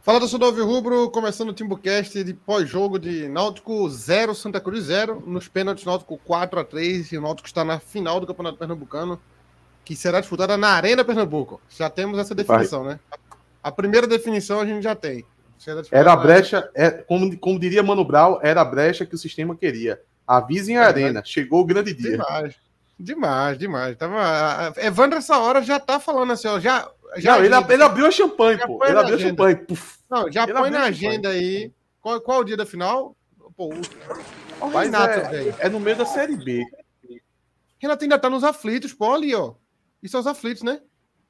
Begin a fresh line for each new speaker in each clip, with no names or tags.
Fala, torcedor Alvirrubro, começando o Timbucast de pós-jogo de Náutico 0, Santa Cruz 0, nos pênaltis Náutico 4-3, e o Náutico está na final do Campeonato Pernambucano, que será disputada na Arena Pernambuco. Já temos essa definição, né? A primeira definição a gente já tem.
Era a brecha, como diria Mano Brown, era a brecha que o sistema queria. Avisem a Arena, chegou o grande dia.
Demais. Evandro, essa hora já tá falando assim, ó,
ele abriu a champanhe, pô. Ele abriu a champanhe.
Não, já põe na agenda aí. Qual o dia da final? Pô,
o Renato, velho. É no meio da Série B.
Renato ainda tá nos aflitos, pô, ali, ó. Isso é os aflitos, né?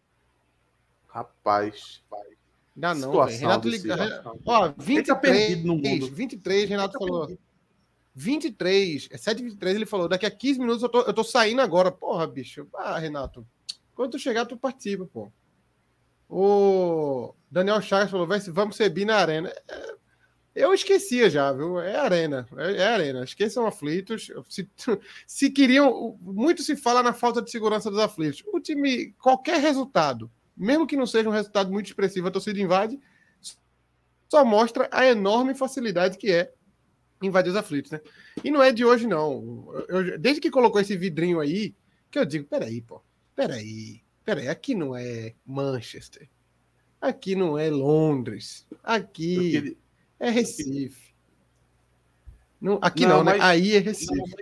Rapaz.
Ainda não, velho. Renato liga. Ó, 23. Tá perdido no mundo. 23, Renato falou. 23, 7h23, ele falou, daqui a 15 minutos eu tô saindo agora. Porra, bicho. Ah, Renato, quando tu chegar, tu participa, pô. O Daniel Chagas falou, vamos subir na Arena. Eu esquecia já, viu? É Arena. É Arena. Esqueçam aflitos. Se queriam... Muito se fala na falta de segurança dos aflitos. O time, qualquer resultado, mesmo que não seja um resultado muito expressivo, a torcida invade, só mostra a enorme facilidade que é invadir os aflitos, né? E não é de hoje, não. Desde que colocou esse vidrinho aí, que eu digo, peraí, aqui não é Manchester, aqui não é Londres, aqui é Recife. Não, aqui não, né? Aí é Recife.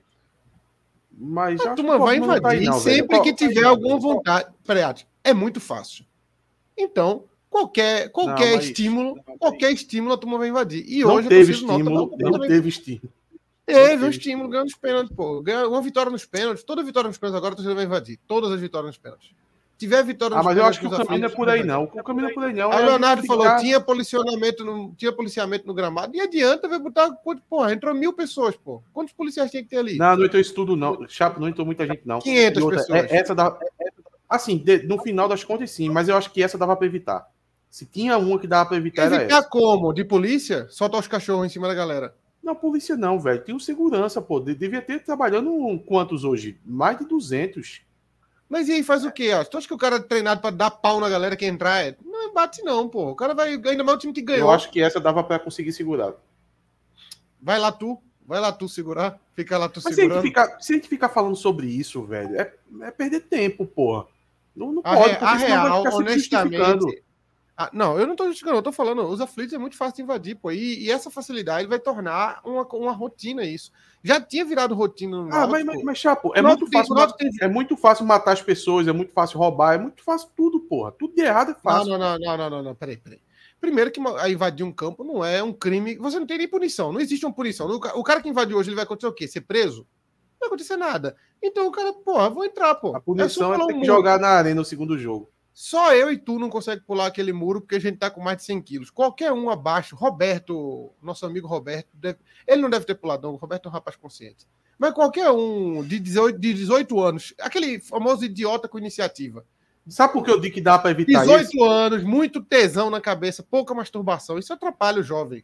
Mas
a turma vai invadir sempre que tiver alguma vontade. Peraí, é muito fácil. Então, qualquer estímulo a turma vai invadir. E
não
hoje
teve estímulo, não teve estímulo.
Teve um estímulo ganhando os pênaltis, pô. Ganhou uma vitória nos pênaltis. Toda vitória nos pênaltis agora a torcida vai invadir. Todas as vitórias nos pênaltis. Tiver vitória nos
mas
pênaltis.
Eu acho que o caminho não é por aí, não. O caminho não é por aí, não.
Aí o Leonardo falou: tinha policiamento no gramado. E adianta, vai botar. Porra, entrou 1.000 pessoas, pô. Quantos policiais tinha que ter ali?
Não entrou isso tudo, não. Chapo, não entrou muita gente, não.
500 pessoas.
Assim, no final das contas, sim. Mas eu acho que essa dava pra evitar. Se tinha uma que dava pra evitar, era essa.
Evitar como? De polícia? Soltar os cachorros em cima da galera.
Não, polícia não, velho. Tem um segurança, pô. Devia ter trabalhando quantos hoje? Mais de 200.
Mas e aí, faz o quê? Tu acha que o cara é treinado pra dar pau na galera que entrar? Não bate não, pô. O cara vai... Ainda mais o time que ganhou.
Eu acho que essa dava pra conseguir segurar.
Vai lá tu segurar. Fica lá tu
mas
segurando.
Se a gente ficar falando sobre isso, velho, é perder tempo, porra. Não pode, porque senão vai ficar se justificando.
Não, eu não tô justificando, eu tô falando, os aflitos é muito fácil de invadir, pô, e essa facilidade vai tornar uma rotina isso. Já tinha virado rotina no Náutico.
Mas Chapo, é muito fácil matar as pessoas, é muito fácil roubar, é muito fácil tudo, porra. Tudo de errado é fácil.
Não, peraí. Primeiro que invadir um campo não é um crime, você não tem nem punição, não existe uma punição. O cara que invadiu hoje, ele vai acontecer o quê? Ser preso? Não vai acontecer nada. Então o cara, porra, vou entrar, pô.
A punição é ter que jogar na arena no segundo jogo.
Só eu e tu não consegue pular aquele muro porque a gente tá com mais de 100 quilos. Qualquer um abaixo, Roberto, nosso amigo Roberto, ele não deve ter pulado, não. O Roberto é um rapaz consciente. Mas qualquer um de 18 anos, aquele famoso idiota com iniciativa.
Sabe por que eu digo que dá para evitar
18 isso? 18 anos, muito tesão na cabeça, pouca masturbação. Isso atrapalha o jovem.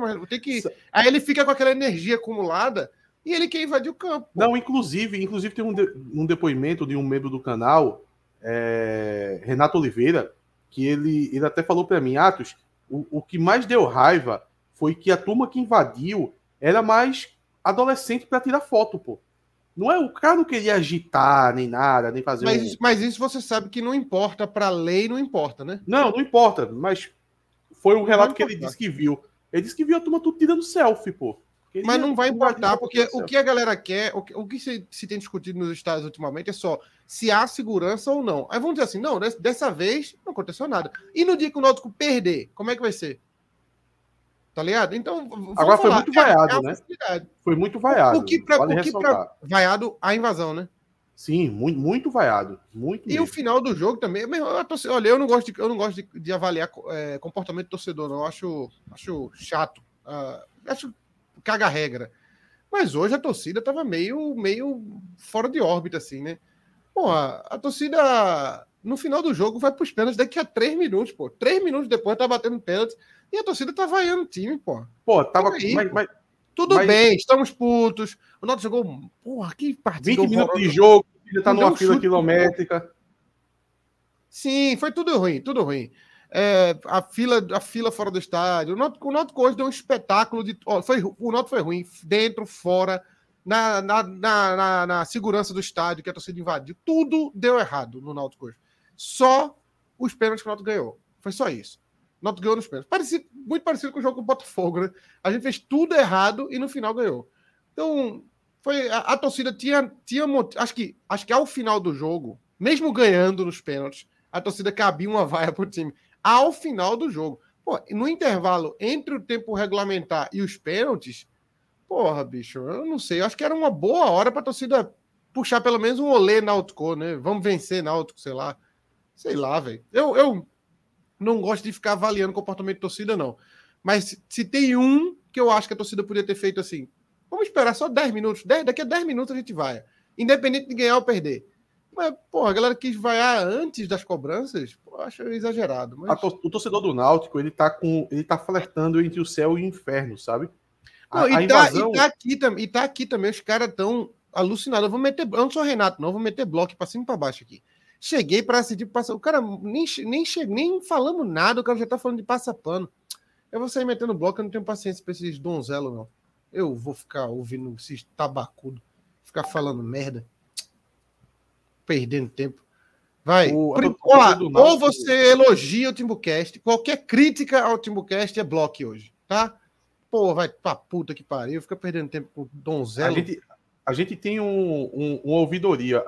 Aí ele fica com aquela energia acumulada e ele quer invadir o campo. Pô.
Não, inclusive tem um depoimento de um membro do canal, Renato Oliveira, que ele até falou para mim, Atos, o que mais deu raiva foi que a turma que invadiu era mais adolescente para tirar foto, pô. Não é, o cara não queria agitar nem nada, nem fazer
mas isso você sabe que não importa, para a lei não importa, né?
Não importa, mas foi um relato que ele disse que viu. Ele disse que viu a turma tudo tirando selfie, pô.
Mas não vai importar, porque o que a galera quer, o que se tem discutido nos estados ultimamente é só se há segurança ou não. Aí vamos dizer assim, não, dessa vez não aconteceu nada. E no dia que o Náutico perder, como é que vai ser? Tá ligado? Então,
agora foi muito vaiado, né? Foi muito vaiado.
O que vaiado a invasão, né?
Sim, muito, muito vaiado. Muito mesmo.
O final do jogo também. Olha, eu não gosto de avaliar comportamento do torcedor, não. Eu acho chato. Acho caga regra. Mas hoje a torcida tava meio fora de órbita, assim, né? Porra, a torcida no final do jogo vai pros pênaltis daqui a 3 minutos, pô. 3 minutos depois tá batendo pênalti e a torcida tá vaiando o time, pô.
Pô, tava...
Tudo bem, estamos putos. O Náutico jogou... Porra, que partida
20 minutos de jogo, já tá numa fila quilométrica.
Sim, foi tudo ruim. a fila fora do estádio. O Náutico hoje deu um espetáculo de. O Náutico foi ruim, dentro, fora, na segurança do estádio, que a torcida invadiu. Tudo deu errado no Náutico hoje. Só os pênaltis que o Náutico ganhou. Foi só isso. O Náutico ganhou nos pênaltis. Muito parecido com o jogo com o Botafogo, né? A gente fez tudo errado e no final ganhou. Então, a torcida tinha acho que ao final do jogo, mesmo ganhando nos pênaltis, a torcida cabia uma vaia pro time. Ao final do jogo. Pô, no intervalo entre o tempo regulamentar e os pênaltis, porra, bicho, eu não sei. Eu acho que era uma boa hora pra torcida puxar pelo menos um olê Náutico, né? Vamos vencer Náutico, sei lá. Sei lá, velho. Eu não gosto de ficar avaliando o comportamento de torcida, não. Mas se tem um que eu acho que a torcida podia ter feito assim, vamos esperar só 10 minutos. Daqui a 10 minutos a gente vai. Independente de ganhar ou perder. Mas, porra, a galera quis vaiar antes das cobranças, pô, acho exagerado. Mas...
O torcedor do Náutico, ele tá flertando entre o céu e o inferno, sabe?
Não, e tá aqui também, os caras tão alucinados. Eu não sou Renato, não, vou meter bloco pra cima e pra baixo aqui. Cheguei pra assistir, o cara nem falando nada, o cara já tá falando de passapano. Eu vou sair metendo bloco, eu não tenho paciência pra esses donzelos, não. Eu vou ficar ouvindo esses tabacudo, ficar falando merda. Perdendo tempo. Vai. Ou você elogia o Timbucast, qualquer crítica ao Timbucast é bloco hoje, tá? Pô, vai pra puta que pariu, fica perdendo tempo com donzelo.
A gente tem uma ouvidoria,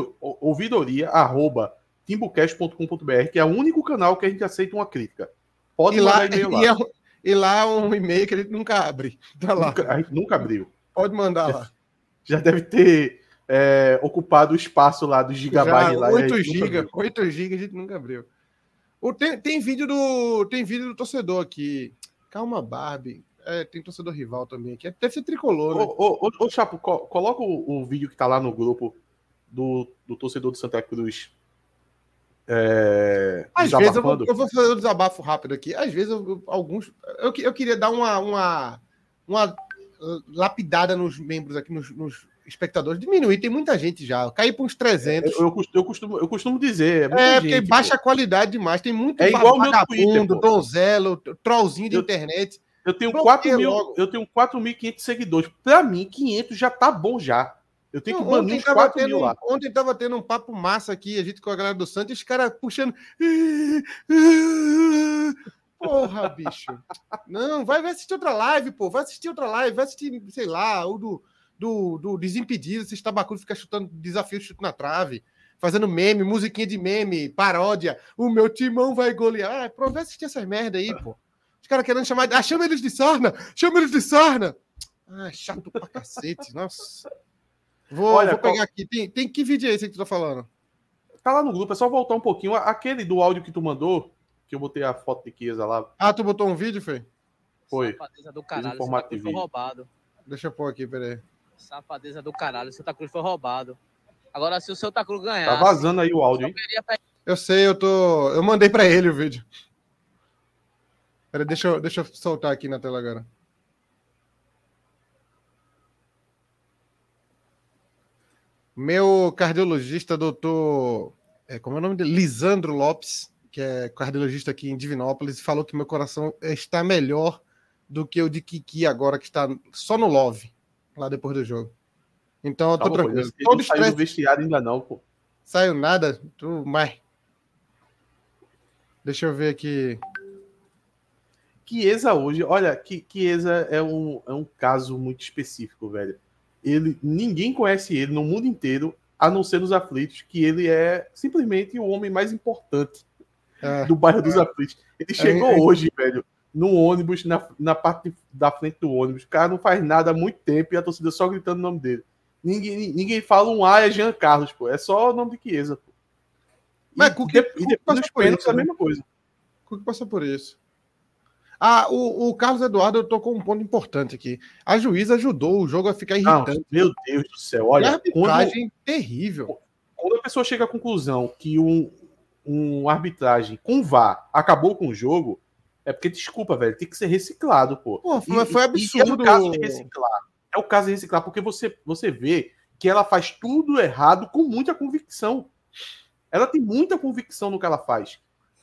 ouvidoria@timbucast.com.br, que é o único canal que a gente aceita uma crítica. Pode mandar e-mail lá.
E lá um e-mail que a gente nunca abre. Tá lá.
A gente nunca abriu.
Pode mandar lá.
Já deve ter ocupado o espaço lá dos gigabytes lá.
8 GB a gente nunca abriu. Tem vídeo do torcedor aqui. Calma, Barbie. Tem torcedor rival também aqui. Deve ser tricolor, né?
Ô Chapo, coloca o vídeo que tá lá no grupo do torcedor do Santa Cruz.
Às vezes eu vou fazer um desabafo rápido aqui. Às vezes eu queria dar uma lapidada nos membros aqui, nos espectadores. Diminuir, tem muita gente já. Cair para uns 300.
Eu costumo dizer.
Porque gente, baixa a qualidade demais. Tem muito
vagabundo,
donzelo, trollzinho de internet.
Eu tenho 4.500 seguidores. Para mim, 500 já tá bom já. Eu tenho que banir uns 4.000 lá.
Ontem tava tendo um papo massa aqui, a gente com a galera do Santos, e os caras puxando. Porra, bicho. Não, vai assistir outra live, pô. Vai assistir, sei lá, o do Desimpedido, esses tabacudos ficam chutando desafio, chute na trave, fazendo meme, musiquinha de meme, paródia. O meu timão vai golear. Pronto, vai assistir essas merda aí, pô. Os caras querendo chamar. Chama eles de sarna! Chama eles de sarna! Chato pra cacete. Nossa. Vou pegar aqui. Tem que vídeo é esse que tu tá falando?
Tá lá no grupo, é só voltar um pouquinho. Aquele do áudio que tu mandou, que eu botei a foto de Chiesa lá.
Tu botou um vídeo, Fê?
Foi.
Safadeza do caralho, Santa Cruz foi roubado.
Deixa eu pôr aqui, peraí.
Safadeza do caralho, Santa Cruz foi roubado. Agora, se o Santa Cruz ganhar...
Tá vazando aí o áudio, hein?
Eu sei, eu mandei pra ele o vídeo. Peraí, deixa eu soltar aqui na tela agora. Meu cardiologista, doutor... como é o nome dele? Lisandro Lopes, que é cardiologista aqui em Divinópolis, falou que meu coração está melhor do que o de Kiki agora, que está só no Love, lá depois do jogo. Então eu tô tranquilo.
Todo saiu do vestiário ainda não, pô.
Saiu nada? Deixa eu ver aqui.
Chiesa hoje, olha, Chiesa é um caso muito específico, velho. Ninguém conhece ele no mundo inteiro, a não ser nos aflitos, que ele é simplesmente o homem mais importante do bairro dos aflitos. Ele chegou hoje, velho, no ônibus, na parte da frente do ônibus. O cara não faz nada há muito tempo e a torcida só gritando o nome dele. Ninguém fala é Jean Carlos, pô. É só o nome de Chiesa, pô.
Mas
e depois nos pênaltis é a mesma coisa.
O que passou por isso? O Carlos Eduardo tocou um ponto importante aqui. A juíza ajudou o jogo a ficar irritante.
Meu Deus do céu, olha.
Arbitragem terrível.
Quando a pessoa chega à conclusão que um arbitragem com VAR acabou com o jogo, é porque, desculpa, velho, tem que ser reciclado, pô.
Mas foi absurdo.
É o caso de reciclar. É o caso de reciclar, porque você vê que ela faz tudo errado com muita convicção. Ela tem muita convicção no que ela faz.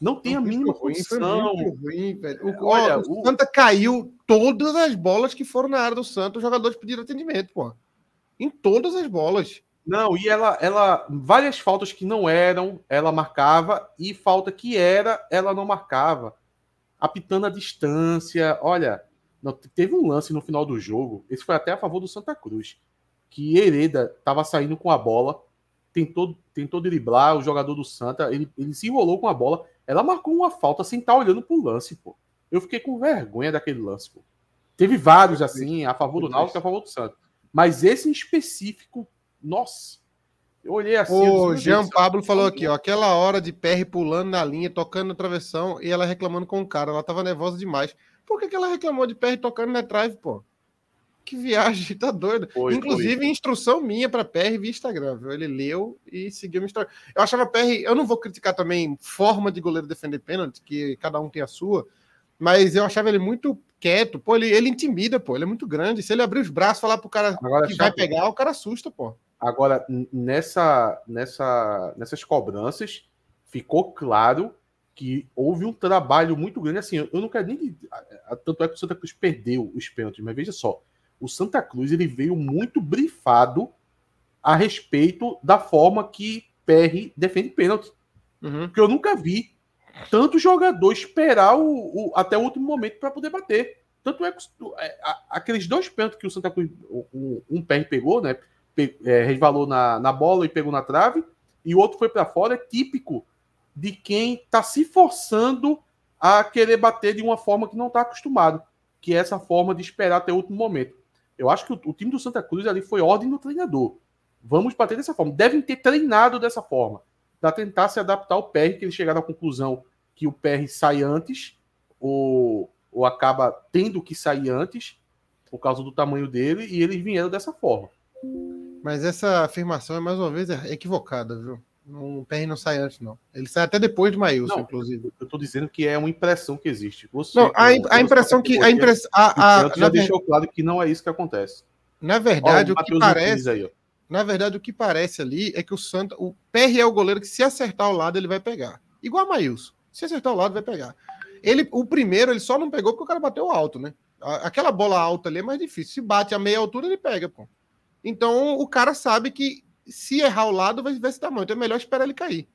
Não tem a mínima condição.
Foi muito ruim, velho. O Santa caiu todas as bolas que foram na área do Santa, os jogadores pediram atendimento, pô. Em todas as bolas.
Não, e ela várias faltas que não eram, ela marcava, e falta que era, ela não marcava. Apitando a distância. Olha, teve um lance no final do jogo, esse foi até a favor do Santa Cruz, que Hereda estava saindo com a bola, tentou driblar o jogador do Santa, ele se enrolou com a bola, ela marcou uma falta sem estar olhando pro lance, pô. Eu fiquei com vergonha daquele lance, pô. Teve vários, assim, a favor do Náutico e a favor do Santa. Mas esse em específico, nossa, eu olhei assim...
O Jean Pablo falou aqui, ó, aquela hora de PR pulando na linha, tocando na travessão, e ela reclamando com o cara, ela tava nervosa demais. Por que ela reclamou de PR tocando na trave, pô? Que viagem, tá doido. Inclusive, instrução minha para PR via Instagram, viu? Ele leu e seguiu o Instagram. Eu achava PR, eu não vou criticar também forma de goleiro defender pênalti, que cada um tem a sua, mas eu achava ele muito quieto, pô, ele intimida, pô, ele é muito grande. Se ele abrir os braços e falar pro cara agora, que vai pegar, o cara assusta, pô. Agora,
nessas cobranças, ficou claro que houve um trabalho muito grande. Assim, eu não quero nem... Tanto é que o Santa Cruz perdeu os pênaltis, mas veja só, o Santa Cruz ele veio muito brifado a respeito da forma que PR defende pênalti. Porque eu nunca vi tanto jogador esperar até o último momento para poder bater. Tanto é que aqueles dois pênaltis que o Santa Cruz, um PR pegou, né? Resvalou na bola e pegou na trave, e o outro foi para fora, é típico de quem está se forçando a querer bater de uma forma que não está acostumado, que é essa forma de esperar até o último momento. Eu acho que o time do Santa Cruz ali foi ordem do treinador. Vamos bater dessa forma. Devem ter treinado dessa forma, para tentar se adaptar ao PR, que eles chegaram à conclusão que o PR sai antes, ou acaba tendo que sair antes, por causa do tamanho dele, e eles vieram dessa forma.
Mas essa afirmação é, mais uma vez, equivocada, viu? O PR não sai antes, não. Ele sai até depois do Maílson, inclusive.
Eu estou dizendo que é uma impressão que existe.
A impressão que...
já deixou claro que não é isso que acontece.
Na verdade, o que parece... Aí, na verdade, o que parece ali é que o PR é o goleiro que, se acertar o lado, ele vai pegar. Igual a Maílson. Se acertar o lado, vai pegar. O primeiro, ele só não pegou porque o cara bateu alto, né? Aquela bola alta ali é mais difícil. Se bate a meia altura, ele pega, pô. Então, o cara sabe que se errar o lado, vai ver esse tamanho. Então, é melhor esperar ele cair.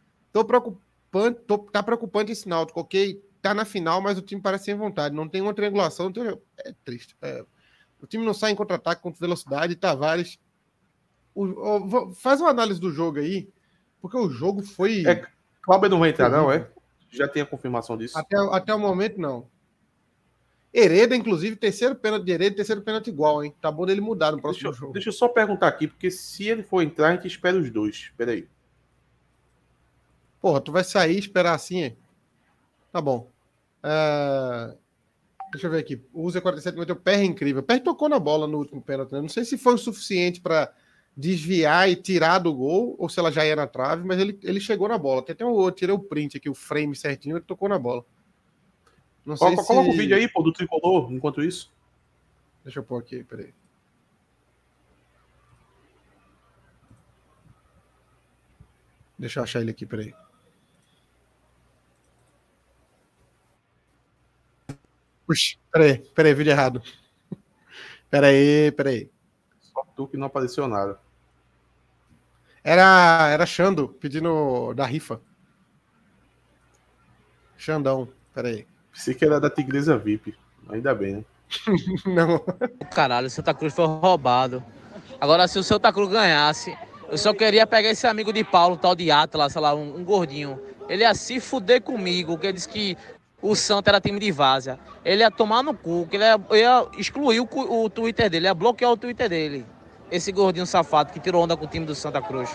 Tá preocupante esse Náutico, ok? Tá na final, mas o time parece sem vontade. Não tem uma triangulação. É triste. O time não sai em contra-ataque com velocidade. Tavares... faz uma análise do jogo aí, porque o jogo foi...
Cláudio não vai entrar, não, é? Já tem a confirmação disso?
Até o momento, não. Hereda, inclusive, terceiro pênalti de Hereda, terceiro pênalti igual, hein? Tá bom dele mudar no próximo jogo.
Deixa eu só perguntar aqui, porque se ele for entrar, a gente espera os dois. Espera aí.
Porra, tu vai sair e esperar assim, hein? Tá bom. Deixa eu ver aqui. O Usa 47 meteu o PR incrível. O PR tocou na bola no último pênalti, né? Não sei se foi o suficiente para desviar e tirar do gol, ou se ela já ia na trave, mas ele chegou na bola. Eu tirei o print aqui, o frame certinho, ele tocou na bola. Não sei se...
Coloca o vídeo aí, pô, do Tricolor, enquanto isso.
Deixa eu pôr aqui, peraí. Deixa eu achar ele aqui, peraí. Puxa, peraí, vídeo errado. Peraí.
Só tu que não apareceu nada.
Era Xando, pedindo da rifa. Xandão, peraí.
Pensei que era da Tigresa VIP. Ainda bem, né?
Não.
Caralho, o Santa Cruz foi roubado. Agora, se o Santa Cruz ganhasse, eu só queria pegar esse amigo de Paulo, tal de Atlas, sei lá, um gordinho. Ele ia se fuder comigo, que ele disse que o Santa era time de várzea. Ele ia tomar no cu, que ele ia excluir o Twitter dele, ia bloquear o Twitter dele. Esse gordinho safado que tirou onda com o time do Santa Cruz.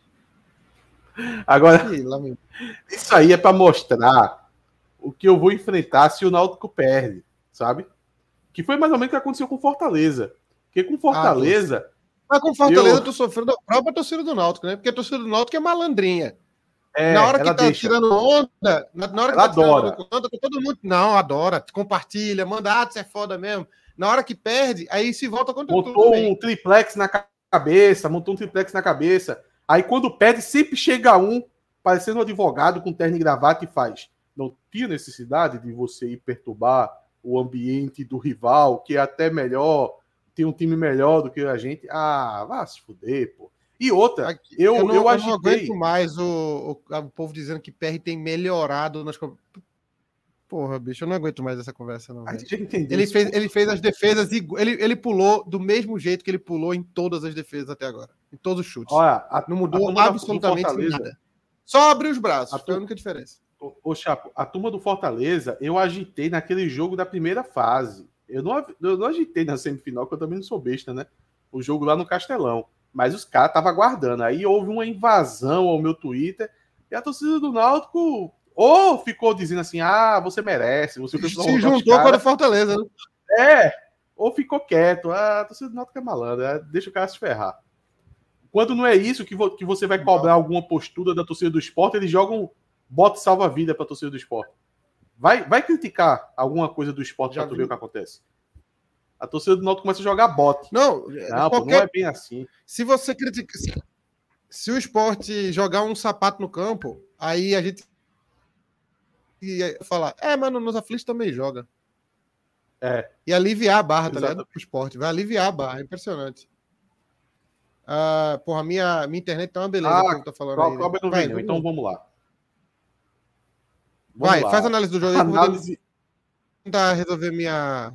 Agora, isso aí é para mostrar o que eu vou enfrentar se o Náutico perde, sabe? Que foi mais ou menos o que aconteceu com Fortaleza. Porque com Fortaleza...
Mas com Fortaleza eu tô sofrendo a própria torcida do Náutico, né? Porque a torcida do Náutico é malandrinha. Na hora que tá tirando onda, na hora que tá tirando onda, todo mundo... Não, adora, compartilha, manda, isso é foda mesmo. Na hora que perde, aí se volta contra tudo.
Montou um triplex na cabeça. Aí quando perde, sempre chega um parecendo um advogado com terno e gravata e faz. Não tinha necessidade de você ir perturbar o ambiente do rival, que é até melhor, tem um time melhor do que a gente. Ah, vá se fuder, pô. E outra, eu
não
agitei...
aguento mais o povo dizendo que PR tem melhorado nas... Porra, bicho, eu não aguento mais essa conversa, não. Ele fez as defesas e ele pulou do mesmo jeito que ele pulou em todas as defesas até agora. Em todos os chutes.
Olha,
não mudou absolutamente nada. Só abriu os braços, foi a única diferença.
Ô, Chapo, a turma do Fortaleza, eu agitei naquele jogo da primeira fase. Eu não agitei na semifinal, que eu também não sou besta, né? O jogo lá no Castelão. Mas os caras estavam aguardando. Aí houve uma invasão ao meu Twitter e a torcida do Náutico ou ficou dizendo assim, você merece. Você
se juntou com a do Fortaleza, né?
Ou ficou quieto. A torcida do Náutico é malandra, deixa o cara se ferrar. Quando não é isso que você vai cobrar alguma postura da torcida do Sport, eles jogam bote salva-vida para a torcida do Sport. Vai criticar alguma coisa do Sport para tu ver o que acontece. A torcida do Náutico começa a jogar bote.
Não
é bem assim.
Se você critica... Se o Sport jogar um sapato no campo, aí a gente ia falar, mano, nos aflitos também joga. E aliviar a barra, tá ligado? Pro Sport. Vai aliviar a barra, é impressionante. Porra, minha internet tá uma beleza. Que tá falando aí,
então vamos lá.
Faz a análise do jogo aí. Vou tentar resolver minha...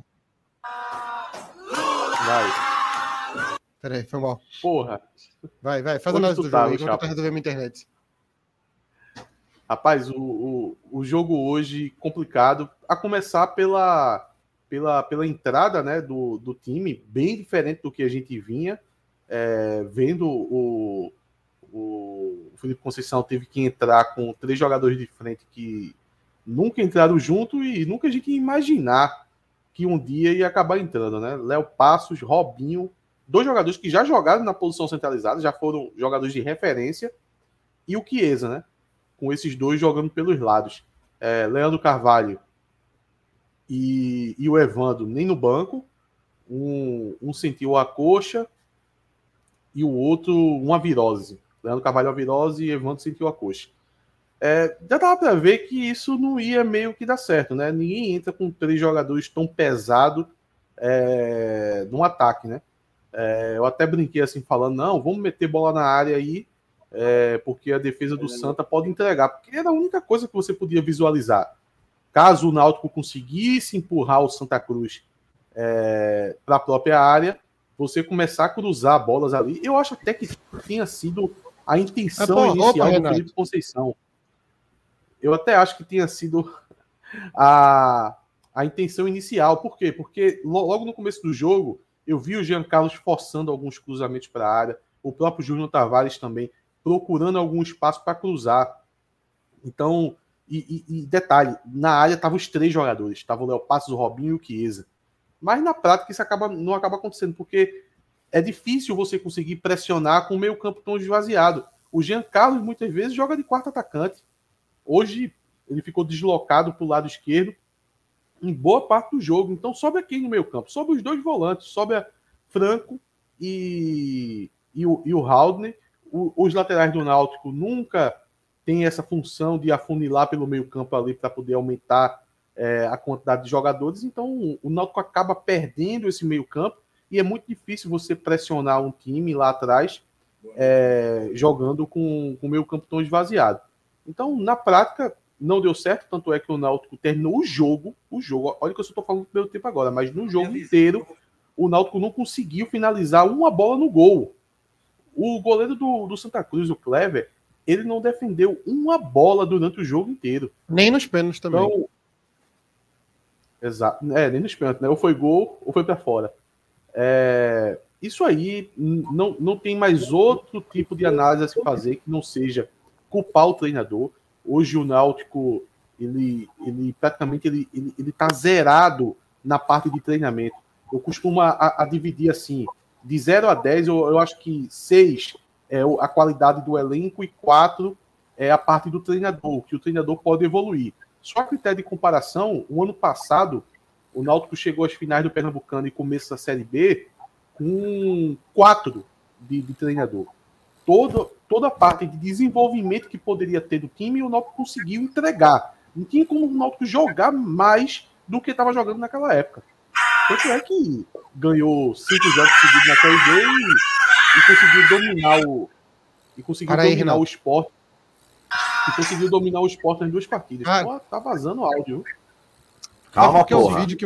Vai.
Peraí, foi mal.
Porra.
Vai, faz a análise do jogo aí, que eu vou tentar resolver minha internet.
Rapaz, o jogo hoje complicado, a começar pela entrada, né, do time, bem diferente do que a gente vinha. Vendo o Felipe Conceição teve que entrar com 3 jogadores de frente que nunca entraram junto e nunca a gente ia imaginar que um dia ia acabar entrando, né? Léo Passos, Robinho, 2 jogadores que já jogaram na posição centralizada, já foram jogadores de referência, e o Chiesa, né? Com esses 2 jogando pelos lados. Leandro Carvalho e o Evandro nem no banco, um sentiu a coxa e o outro uma virose. Leandro Carvalho a virose e Evandro sentiu a coxa. Já dava para ver que isso não ia meio que dar certo, né? Ninguém entra com 3 jogadores tão pesados num ataque, né? Eu até brinquei assim, falando, não, vamos meter bola na área aí, porque a defesa do Santa pode entregar, porque era a única coisa que você podia visualizar. Caso o Náutico conseguisse empurrar o Santa Cruz para a própria área, você começar a cruzar bolas ali. Eu acho até que tenha sido a intenção inicial do Felipe Conceição. Eu até acho que tenha sido a intenção inicial. Por quê? Porque logo no começo do jogo, eu vi o Jean Carlos forçando alguns cruzamentos para a área, o próprio Júnior Tavares também, procurando algum espaço para cruzar. Então, e detalhe, na área estavam os 3 jogadores, estavam o Léo Passos, o Robinho e o Chiesa. Mas na prática isso não acaba acontecendo, porque é difícil você conseguir pressionar com o meio campo tão esvaziado. O Jean Carlos muitas vezes joga de 4º atacante. Hoje ele ficou deslocado para o lado esquerdo em boa parte do jogo. Então sobe aqui no meio campo, sobe os 2 volantes, sobe a Franco e o Haldner. Os laterais do Náutico nunca tem essa função de afunilar pelo meio campo ali para poder aumentar a quantidade de jogadores. Então o Náutico acaba perdendo esse meio campo e é muito difícil você pressionar um time lá atrás jogando com o meio campo tão esvaziado. Então, na prática, não deu certo, tanto é que o Náutico terminou o jogo, olha que eu só estou falando do primeiro tempo agora, mas no jogo inteiro, o Náutico não conseguiu finalizar uma bola no gol. O goleiro do Santa Cruz, o Clever, ele não defendeu uma bola durante o jogo inteiro.
Nem nos pênaltis também.
Então, exato, nem nos pênaltis, né? Ou foi gol, ou foi para fora. Isso aí não tem mais outro tipo de análise a se fazer que não seja culpar o treinador. Hoje o Náutico ele praticamente ele tá zerado na parte de treinamento. Eu costumo a dividir assim, de 0 a 10, eu acho que 6 é a qualidade do elenco e 4 é a parte do treinador, que o treinador pode evoluir. Só a critério de comparação, o ano passado o Náutico chegou às finais do Pernambucano e começo da Série B com 4 de treinador. toda a parte de desenvolvimento que poderia ter do time, o Náutico conseguiu entregar. Não tinha como o Náutico jogar mais do que estava jogando naquela época. Tanto é que ganhou 5 jogos seguidos na Série B e conseguiu dominar o Sport. E conseguiu dominar o Sport nas 2 partidas. Pô, tá vazando áudio.
Calma, porque o vídeo que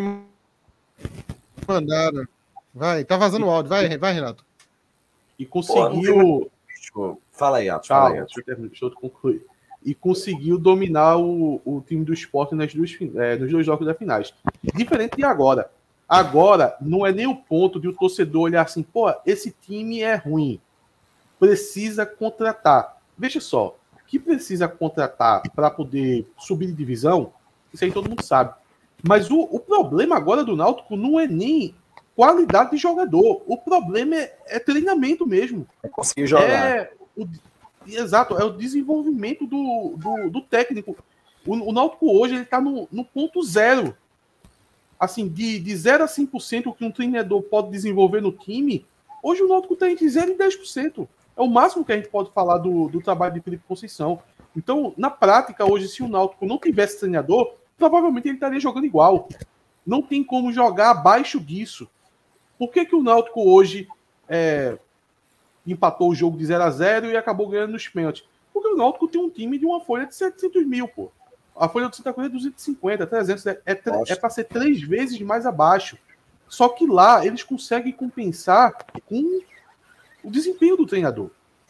mandaram. Vai, tá vazando áudio. Vai, Renato.
E conseguiu...
Fala aí, Atos.
Deixa eu concluir. E conseguiu dominar o time do Sport nos 2 jogos da finais. Diferente de agora. Agora, não é nem o ponto de o torcedor olhar assim, pô, esse time é ruim. Precisa contratar. Veja só, que precisa contratar para poder subir de divisão, isso aí todo mundo sabe. Mas o problema agora do Náutico não é nem qualidade de jogador. O problema é treinamento mesmo.
É conseguir jogar.
Exato, é o desenvolvimento do técnico. O Náutico hoje está no ponto zero. Assim, de 0 a 100% o que um treinador pode desenvolver no time, hoje o Náutico está entre 0 e 10%. É o máximo que a gente pode falar do trabalho de Felipe Conceição. Então, na prática, hoje, se o Náutico não tivesse treinador, provavelmente ele estaria jogando igual. Não tem como jogar abaixo disso. Por que o Náutico hoje empatou o jogo de 0-0 e acabou ganhando nos pênaltis? Porque o Náutico tem um time de uma folha de 700 mil, pô. A folha do Santa Cruz é 250, 300. É para ser 3 vezes mais abaixo. Só que lá eles conseguem compensar com o desempenho do treinador.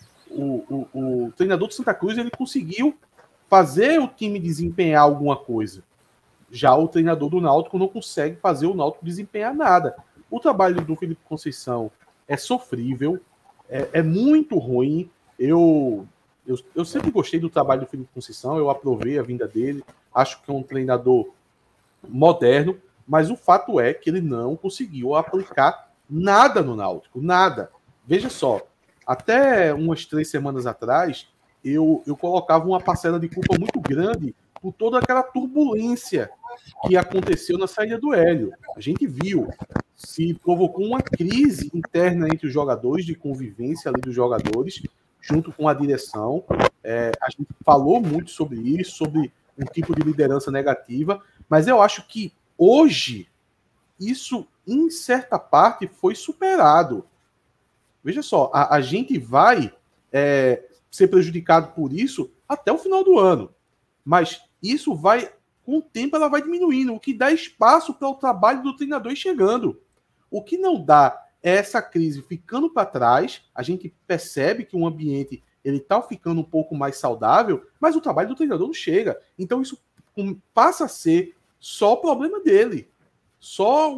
O treinador do Santa Cruz ele conseguiu fazer o time desempenhar alguma coisa. Já o treinador do Náutico não consegue fazer o Náutico desempenhar nada. O trabalho do Felipe Conceição é sofrível, é muito ruim. Eu sempre gostei do trabalho do Felipe Conceição, eu aprovei a vinda dele, acho que é um treinador moderno, mas o fato é que ele não conseguiu aplicar nada no Náutico, nada. Veja só, até umas 3 semanas atrás, eu colocava uma parcela de culpa muito grande por toda aquela turbulência que aconteceu na saída do Hélio. A gente viu, se provocou uma crise interna entre os jogadores, de convivência ali dos jogadores, junto com a direção. A gente falou muito sobre isso, sobre um tipo de liderança negativa, mas eu acho que hoje isso, em certa parte, foi superado. Veja só, a gente vai ser prejudicado por isso até o final do ano. Mas isso vai, com o tempo, ela vai diminuindo, o que dá espaço para o trabalho do treinador ir chegando. O que não dá é essa crise ficando para trás, a gente percebe que o ambiente ele está ficando um pouco mais saudável, mas o trabalho do treinador não chega. Então isso passa a ser só o problema dele. Só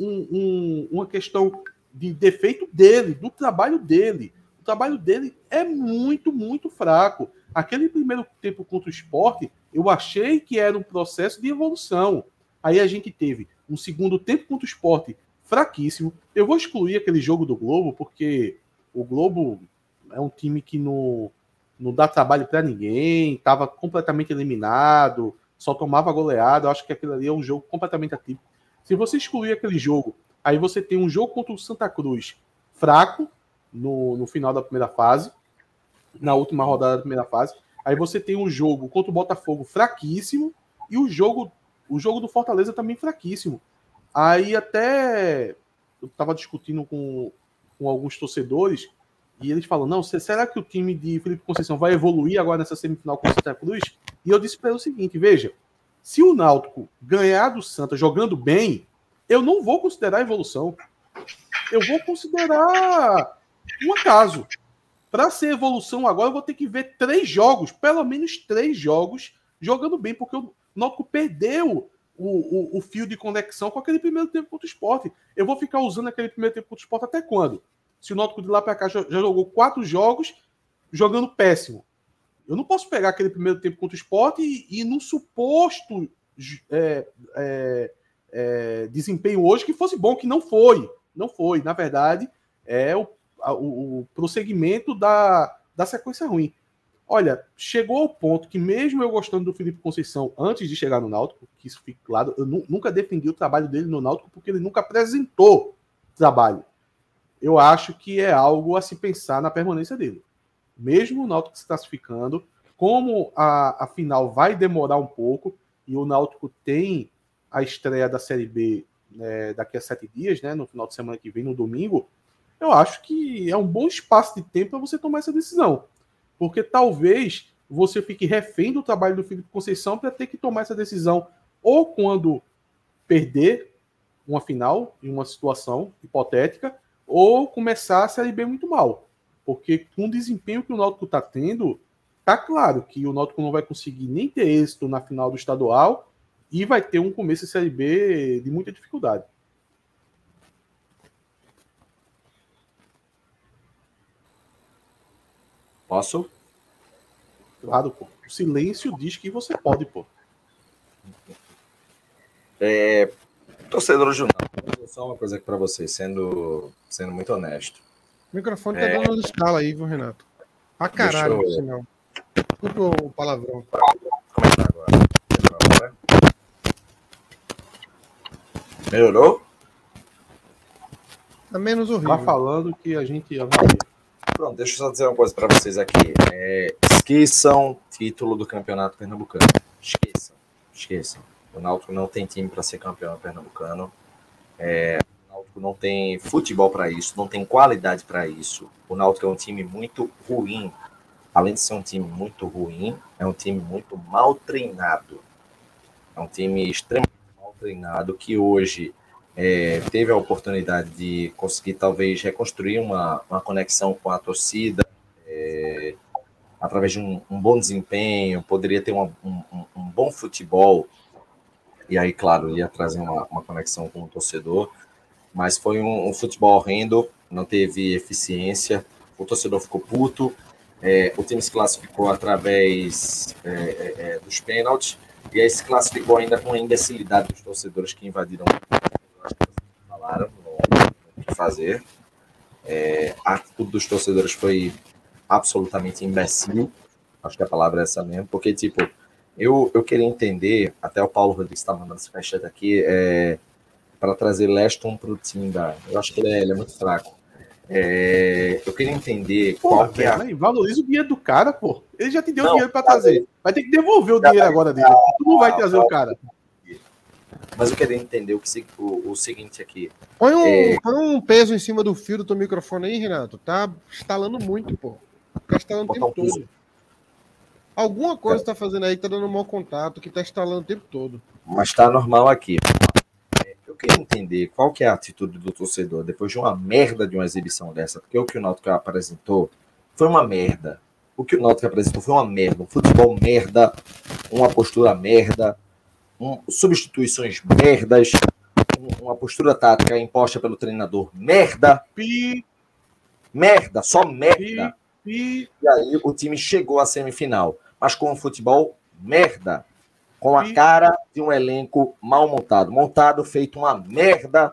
uma questão de defeito dele, do trabalho dele. O trabalho dele é muito, muito fraco. Aquele primeiro tempo contra o Sport, eu achei que era um processo de evolução. Aí a gente teve um segundo tempo contra o Sport fraquíssimo. Eu vou excluir aquele jogo do Globo, porque o Globo é um time que não dá trabalho para ninguém, estava completamente eliminado, só tomava goleada. Eu acho que aquilo ali é um jogo completamente atípico. Se você excluir aquele jogo, aí você tem um jogo contra o Santa Cruz fraco no final da primeira fase, na última rodada da primeira fase. Aí você tem um jogo contra o Botafogo fraquíssimo e o jogo do Fortaleza também fraquíssimo. Aí até eu estava discutindo com alguns torcedores e eles falam, não, será que o time de Felipe Conceição vai evoluir agora nessa semifinal com o Santa Cruz? E eu disse para ele o seguinte, veja, se o Náutico ganhar do Santa jogando bem, eu não vou considerar evolução. Eu vou considerar um acaso. Para ser evolução agora, eu vou ter que ver 3 jogos, pelo menos 3 jogos, jogando bem, porque o Náutico perdeu o fio de conexão com aquele primeiro tempo contra o Sport. Eu vou ficar usando aquele primeiro tempo contra o Sport até quando? Se o Náutico de lá para cá já jogou 4 jogos, jogando péssimo. Eu não posso pegar aquele primeiro tempo contra o Sport e num suposto desempenho hoje que fosse bom, que não foi. Não foi. Na verdade, é o prosseguimento da sequência ruim. Olha, chegou ao ponto que mesmo eu gostando do Felipe Conceição antes de chegar no Náutico, que isso fique claro, eu nunca defendi o trabalho dele no Náutico porque ele nunca apresentou trabalho. Eu acho que é algo a se pensar na permanência dele. mesmo o Náutico se classificando, como a final vai demorar um pouco, e o Náutico tem a estreia da Série B daqui a 7 dias, né, no final de semana que vem, no domingo, eu acho que é um bom espaço de tempo para você tomar essa decisão. Porque talvez você fique refém do trabalho do Felipe Conceição para ter que tomar essa decisão ou quando perder uma final, em uma situação hipotética, ou começar a Série B muito mal. Porque com o desempenho que o Náutico está tendo, tá claro que o Náutico não vai conseguir nem ter êxito na final do estadual e vai ter um começo de Série B de muita dificuldade.
Posso?
Claro, pô. O silêncio diz que você pode, pô.
Torcedor jornal, vou só uma coisa aqui para vocês, sendo muito honesto.
O microfone tá dando escala aí, viu, Renato? Pra caralho, por sinal. Desculpa o palavrão.
Como é que tá agora? Melhorou?
Tá menos horrível.
Tá falando que a gente avalia.
Pronto, deixa eu só dizer uma coisa para vocês aqui. Esqueçam título do Campeonato Pernambucano. Esqueçam. O Náutico não tem time para ser campeão pernambucano. O Náutico não tem futebol para isso, não tem qualidade para isso. O Náutico é um time muito ruim. Além de ser um time muito ruim, é um time muito mal treinado. É um time extremamente mal treinado que hoje teve a oportunidade de conseguir talvez reconstruir uma conexão com a torcida através de um bom desempenho, poderia ter um bom futebol. E aí, claro, ia trazer uma conexão com o torcedor, mas foi um futebol horrendo, não teve eficiência, o torcedor ficou puto, o time se classificou através dos pênaltis, e aí se classificou ainda com a imbecilidade dos torcedores que invadiram, acho que vocês falaram, o que fazer. A atitude dos torcedores foi absolutamente imbecil, acho que a palavra é essa mesmo, porque, tipo, eu queria entender, até o Paulo Rodrigues está mandando esse chat aqui, para trazer Leston para o time eu acho que ele é muito fraco. Eu queria entender qual que é
valoriza o dinheiro do cara, pô. Ele já te deu dinheiro para trazer. Vai ter que devolver o dinheiro agora dele. Tu não vai trazer o cara.
Mas eu queria entender o seguinte aqui.
Põe um peso em cima do fio do teu microfone aí, Renato. Tá estalando muito, pô. Tá estalando o tempo todo. Alguma coisa tá fazendo aí que tá dando mau contato, que tá instalando o tempo todo.
Mas tá normal aqui. Eu queria entender qual que é a atitude do torcedor depois de uma merda de uma exibição dessa, porque o que o Náutico apresentou foi uma merda. O que o Náutico apresentou foi uma merda. Um futebol merda, uma postura merda, substituições merdas, uma postura tática imposta pelo treinador merda. Merda, só merda. E aí o time chegou à semifinal, mas com um futebol merda, com a cara de um elenco mal montado, feito uma merda,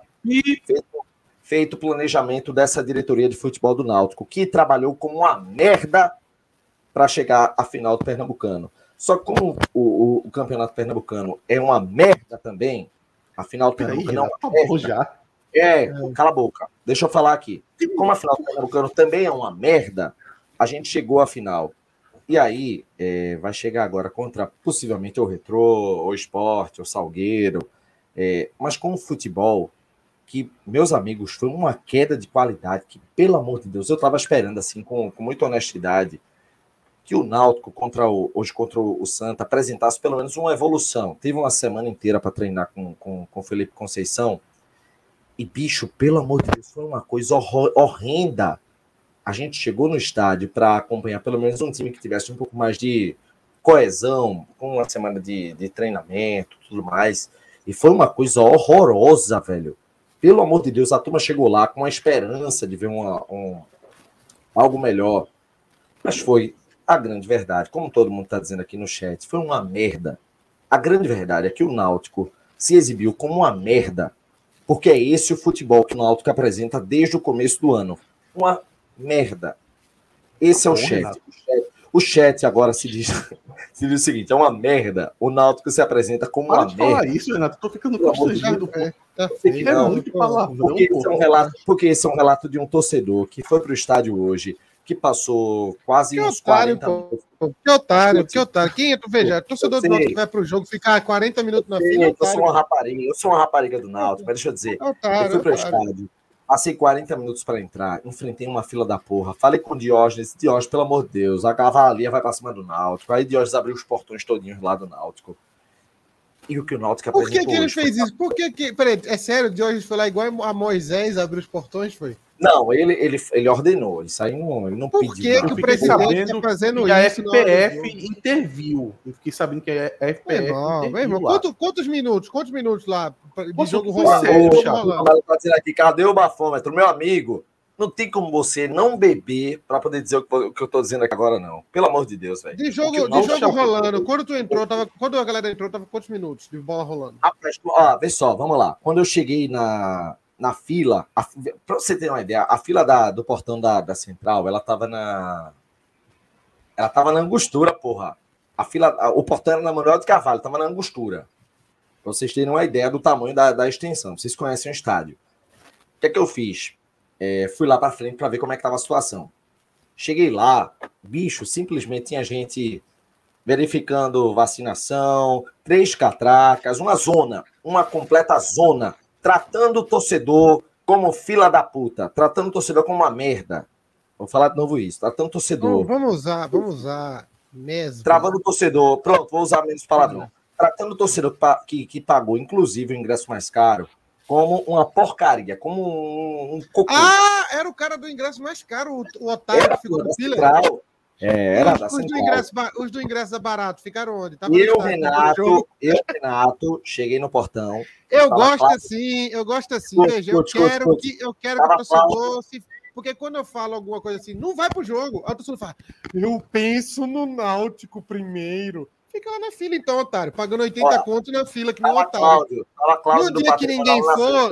feito o planejamento dessa diretoria de futebol do Náutico, que trabalhou como uma merda para chegar à final do Pernambucano. Só que como o campeonato pernambucano é uma merda também, a final do Pernambucano cala a boca, deixa eu falar aqui. Como a final do Pernambucano também é uma merda, a gente chegou à final. E aí, vai chegar agora contra, possivelmente, o Retrô, o Sport, o Salgueiro. Mas com o futebol, que, meus amigos, foi uma queda de qualidade que, pelo amor de Deus, eu estava esperando, assim, com muita honestidade, que o Náutico, hoje contra o Santa, apresentasse pelo menos uma evolução. Teve uma semana inteira para treinar com o Felipe Conceição. E, bicho, pelo amor de Deus, foi uma coisa horrenda. A gente chegou no estádio para acompanhar pelo menos um time que tivesse um pouco mais de coesão, com uma semana de treinamento, tudo mais. E foi uma coisa horrorosa, velho. Pelo amor de Deus, a turma chegou lá com a esperança de ver algo melhor. Mas foi a grande verdade, como todo mundo está dizendo aqui no chat, foi uma merda. A grande verdade é que o Náutico se exibiu como uma merda, porque é esse o futebol que o Náutico apresenta desde o começo do ano. Uma merda. Esse é o chat. O chat agora se diz o seguinte, é uma merda. O Náutico se apresenta como uma merda.
Falar isso, Renato, tô ficando constrangido.
Porque esse é um relato de um torcedor que foi pro estádio hoje, que passou quase
Que
uns
otário,
40 minutos.
Que otário, que otário. Quem é tu veja? Torcedor do
Sei.
Náutico que vai pro jogo ficar 40 minutos na fila, é
Eu
otário.
sou uma rapariga do Náutico, mas deixa eu dizer,
É otário,
eu fui pro
otário.
estádio, passei 40 minutos para entrar, enfrentei uma fila da porra, falei com o Diógenes, pelo amor de Deus, a cavalaria vai pra cima do Náutico, aí Diógenes abriu os portões todinhos lá do Náutico. E o que o Náutico
Por que
apresentou
ele
hoje
fez
foi-
isso? Por que... Peraí, é sério, de hoje foi lá igual a Moisés abriu os portões, foi?
Não, ele ordenou, isso aí não, ele não
Por
pediu
que
nada.
que
Eu
o
fiquei
presidente
sabendo
tá fazendo
que a
isso na hora do
FPF
jogo?
interviu. Eu fiquei sabendo que a FPF
Meu
interviu
irmão,
lá.
quantos minutos lá de
Pô,
jogo
foi
rolando?
sério,
Jogo
Chato.
rolando.
Ela tá dizendo aqui, cadê o bafômetro? Meu amigo, não tem como você não beber para poder dizer o que eu tô dizendo aqui agora, não. Pelo amor de Deus, velho.
De
O
jogo,
que o
de
Náutico
jogo
já-
rolando, quando tu entrou, quando a galera entrou, tava quantos minutos de bola rolando?
Rapaz, vê só, vamos lá. Quando eu cheguei na fila, pra você ter uma ideia, a fila do portão da Central, ela tava na Angostura, porra. O portão era na Manuel de Carvalho, tava na Angostura. Pra vocês terem uma ideia do tamanho da extensão. Vocês conhecem o estádio. O que é que eu fiz? Fui lá pra frente pra ver como é que tava a situação. Cheguei lá, bicho, simplesmente tinha gente verificando vacinação, 3 catracas, uma completa zona, tratando o torcedor como fila da puta, tratando o torcedor como uma merda. Vou falar de novo isso, tratando o torcedor,
Vamos usar mesmo.
travando o torcedor, pronto, vou usar menos palavrão, tratando o torcedor que pagou, inclusive, o ingresso mais caro, como uma porcaria, como um cocô.
Ah, era o cara do ingresso mais caro, o otário
Era
que ficou
da
no fila.
Central. Era da
Os do
Central.
ingresso da barato ficaram onde? Tava
Eu,
no estádio,
Renato, cheguei no portão.
Eu
Tava
gosto
claro.
assim, eu gosto assim.
Escute,
Veja, eu
escute,
quero
escute.
que o
Tava
torcedor se. Porque quando eu falo alguma coisa assim, não vai pro jogo. Aí o torcedor fala, eu penso no Náutico primeiro. Fica lá na fila então, otário. Pagando 80 conto na fila, que nem um otário.
Tava Cláudio
No dia que ninguém for,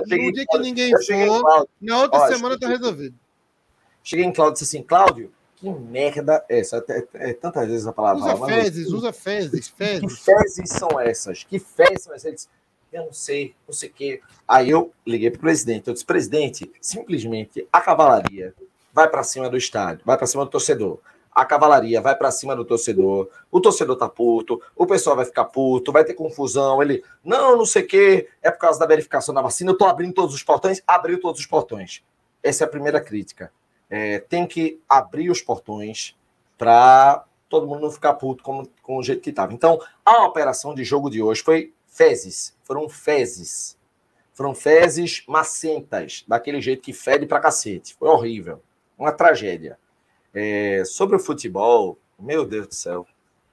na outra semana tá resolvido.
Cheguei em Cláudio e disse assim, Cláudio, que merda é essa? É tantas vezes a palavra.
Usa fezes.
Que fezes são essas? Que fezes são essas? Ele disse, eu não sei o quê. Aí eu liguei pro presidente. Eu disse, presidente, simplesmente a cavalaria vai para cima do estádio, vai para cima do torcedor. A cavalaria vai para cima do torcedor, o torcedor tá puto, o pessoal vai ficar puto, vai ter confusão. Ele, não sei o quê, é por causa da verificação da vacina, eu tô abrindo todos os portões, abriu todos os portões. Essa é a primeira crítica. Tem que abrir os portões para todo mundo não ficar puto com o jeito que estava. Então, a operação de jogo de hoje foi fezes. Foram fezes macentas, daquele jeito que fede pra cacete. Foi horrível. Uma tragédia. Sobre o futebol, meu Deus do céu.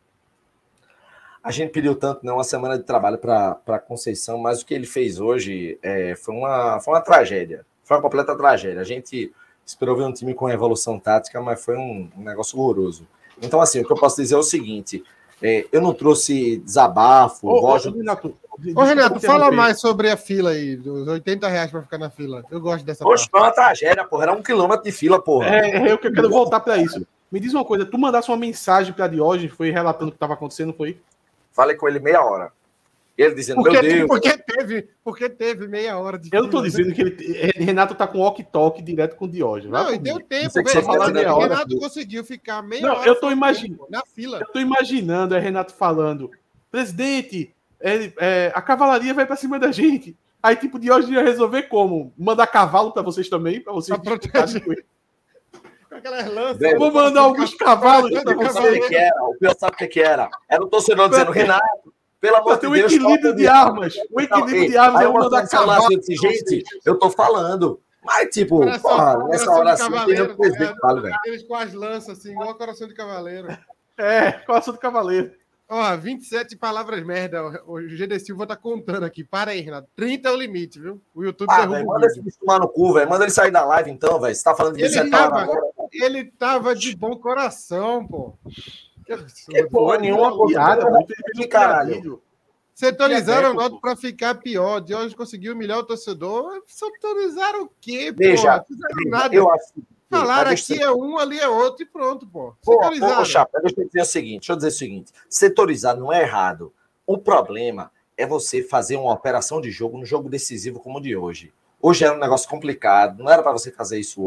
A gente pediu tanto, uma semana de trabalho para Conceição, mas o que ele fez hoje foi uma tragédia. Foi uma completa tragédia. A gente esperou ver um time com evolução tática, mas foi um negócio horroroso. Então, assim, o que eu posso dizer é o seguinte, eu não trouxe desabafo.
Renato, fala mais sobre a fila aí, dos R$80 para ficar na fila. Eu gosto dessa
parte. Foi uma tragédia, porra. Era 1 quilômetro de fila, porra.
Eu quero voltar para isso. Me diz uma coisa, tu mandasse uma mensagem para Diógenes, foi relatando o que estava acontecendo, foi?
Falei com ele meia hora. Ele dizendo, meu Deus...
Porque teve meia hora de
fila. Eu não tô dizendo que Renato tá com walkie-talk direto com o Diógenes.
Não, e deu tempo. Renato conseguiu ficar meia hora
eu tô imaginando,
na fila.
Eu tô imaginando Renato falando, presidente, a cavalaria vai para cima da gente. Aí, tipo, Diógenes ia resolver como? Mandar cavalo para vocês também, para vocês
proteger. Com aquelas lanças.
Eu vou mandar alguns cavalos
para vocês. O pior sabe o que era? Era o torcedor dizendo, Renato, pelo amor de Deus.
O equilíbrio de armas. O equilíbrio de armas é uma da cavalo.
Gente, eu tô falando. Mas, tipo, porra, nessa hora assim, não tem nem o presidente que fala, velho.
Eles com as lanças, assim, igual coração de cavaleiro.
Coração de cavaleiro.
27 palavras merda. O GD Silva tá contando aqui. Para aí, Renato. 30 é o limite, viu? O YouTube derruba
velho, manda ele se tomar no cu, velho. Manda ele sair da live, então, velho. Você tá falando de 27 palavras agora.
Ele tava de bom coração, pô.
Que porra nenhuma,
piada,
que caralho.
Setorizaram o Náutico pra ficar pior. Diógenes conseguiu humilhar o torcedor. Setorizaram o quê, pô?
Veja,
nada.
Eu acho que...
Falaram aqui é um, ali é outro e pronto, pô.
Chapa, deixa eu dizer o seguinte. Setorizar não é errado. O problema é você fazer uma operação de jogo num jogo decisivo como o de hoje. Hoje era um negócio complicado, não era para você fazer isso hoje.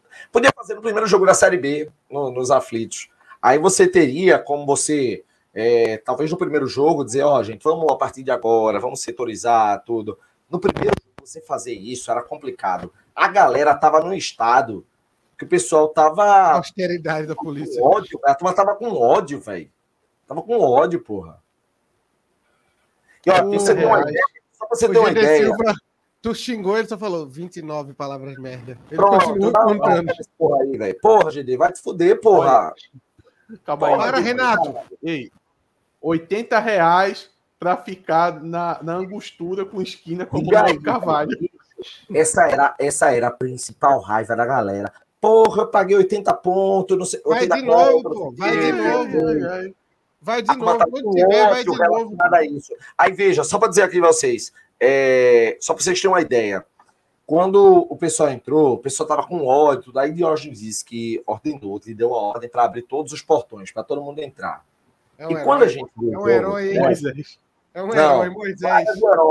Podia fazer no primeiro jogo da Série B, nos aflitos. Aí você teria como você, talvez no primeiro jogo, dizer, gente, vamos a partir de agora, vamos setorizar tudo. No primeiro jogo, você fazer isso era complicado. A galera tava num estado que o pessoal tava...
A austeridade da polícia.
Com ódio. A turma tava com ódio, velho. Tava com ódio, porra. E, ó, você tem uma ideia, só pra você ter uma ideia... Silva,
tu xingou, ele só falou 29 palavras merda. Ele
pronto,
continua contando.
Porra aí, velho. Porra, GD, vai te fuder, porra.
Calma aí.
Para, Renato.
Ei, R$80 pra ficar na angostura com esquina como o Carvalho.
Essa era a principal raiva da galera. Porra, eu paguei 80 pontos, não sei...
Vai de novo, pô. Vai de novo. Vai de novo. Quando tiver, vai de novo.
Isso. Aí, veja, só para dizer aqui pra vocês, só para vocês terem uma ideia, quando o pessoal entrou, o pessoal tava com ódio, daí Diógenes disse que ordenou, que deu a ordem para abrir todos os portões, para todo mundo entrar.
Quando a gente viu o herói, Moisés. É um herói, Moisés.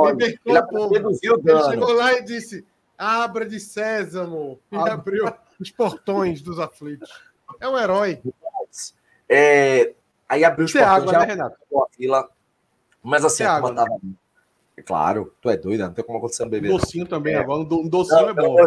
Ele chegou lá e disse, abra de sésamo, e abriu os portões dos aflitos. É um herói.
Aí abriu os
portões,
água,
já, né, Renato?
A fila, mas assim, a turma tava... Claro, tu é doido, não tem como acontecer no bebê.
Docinho também, agora um docinho não, é bom.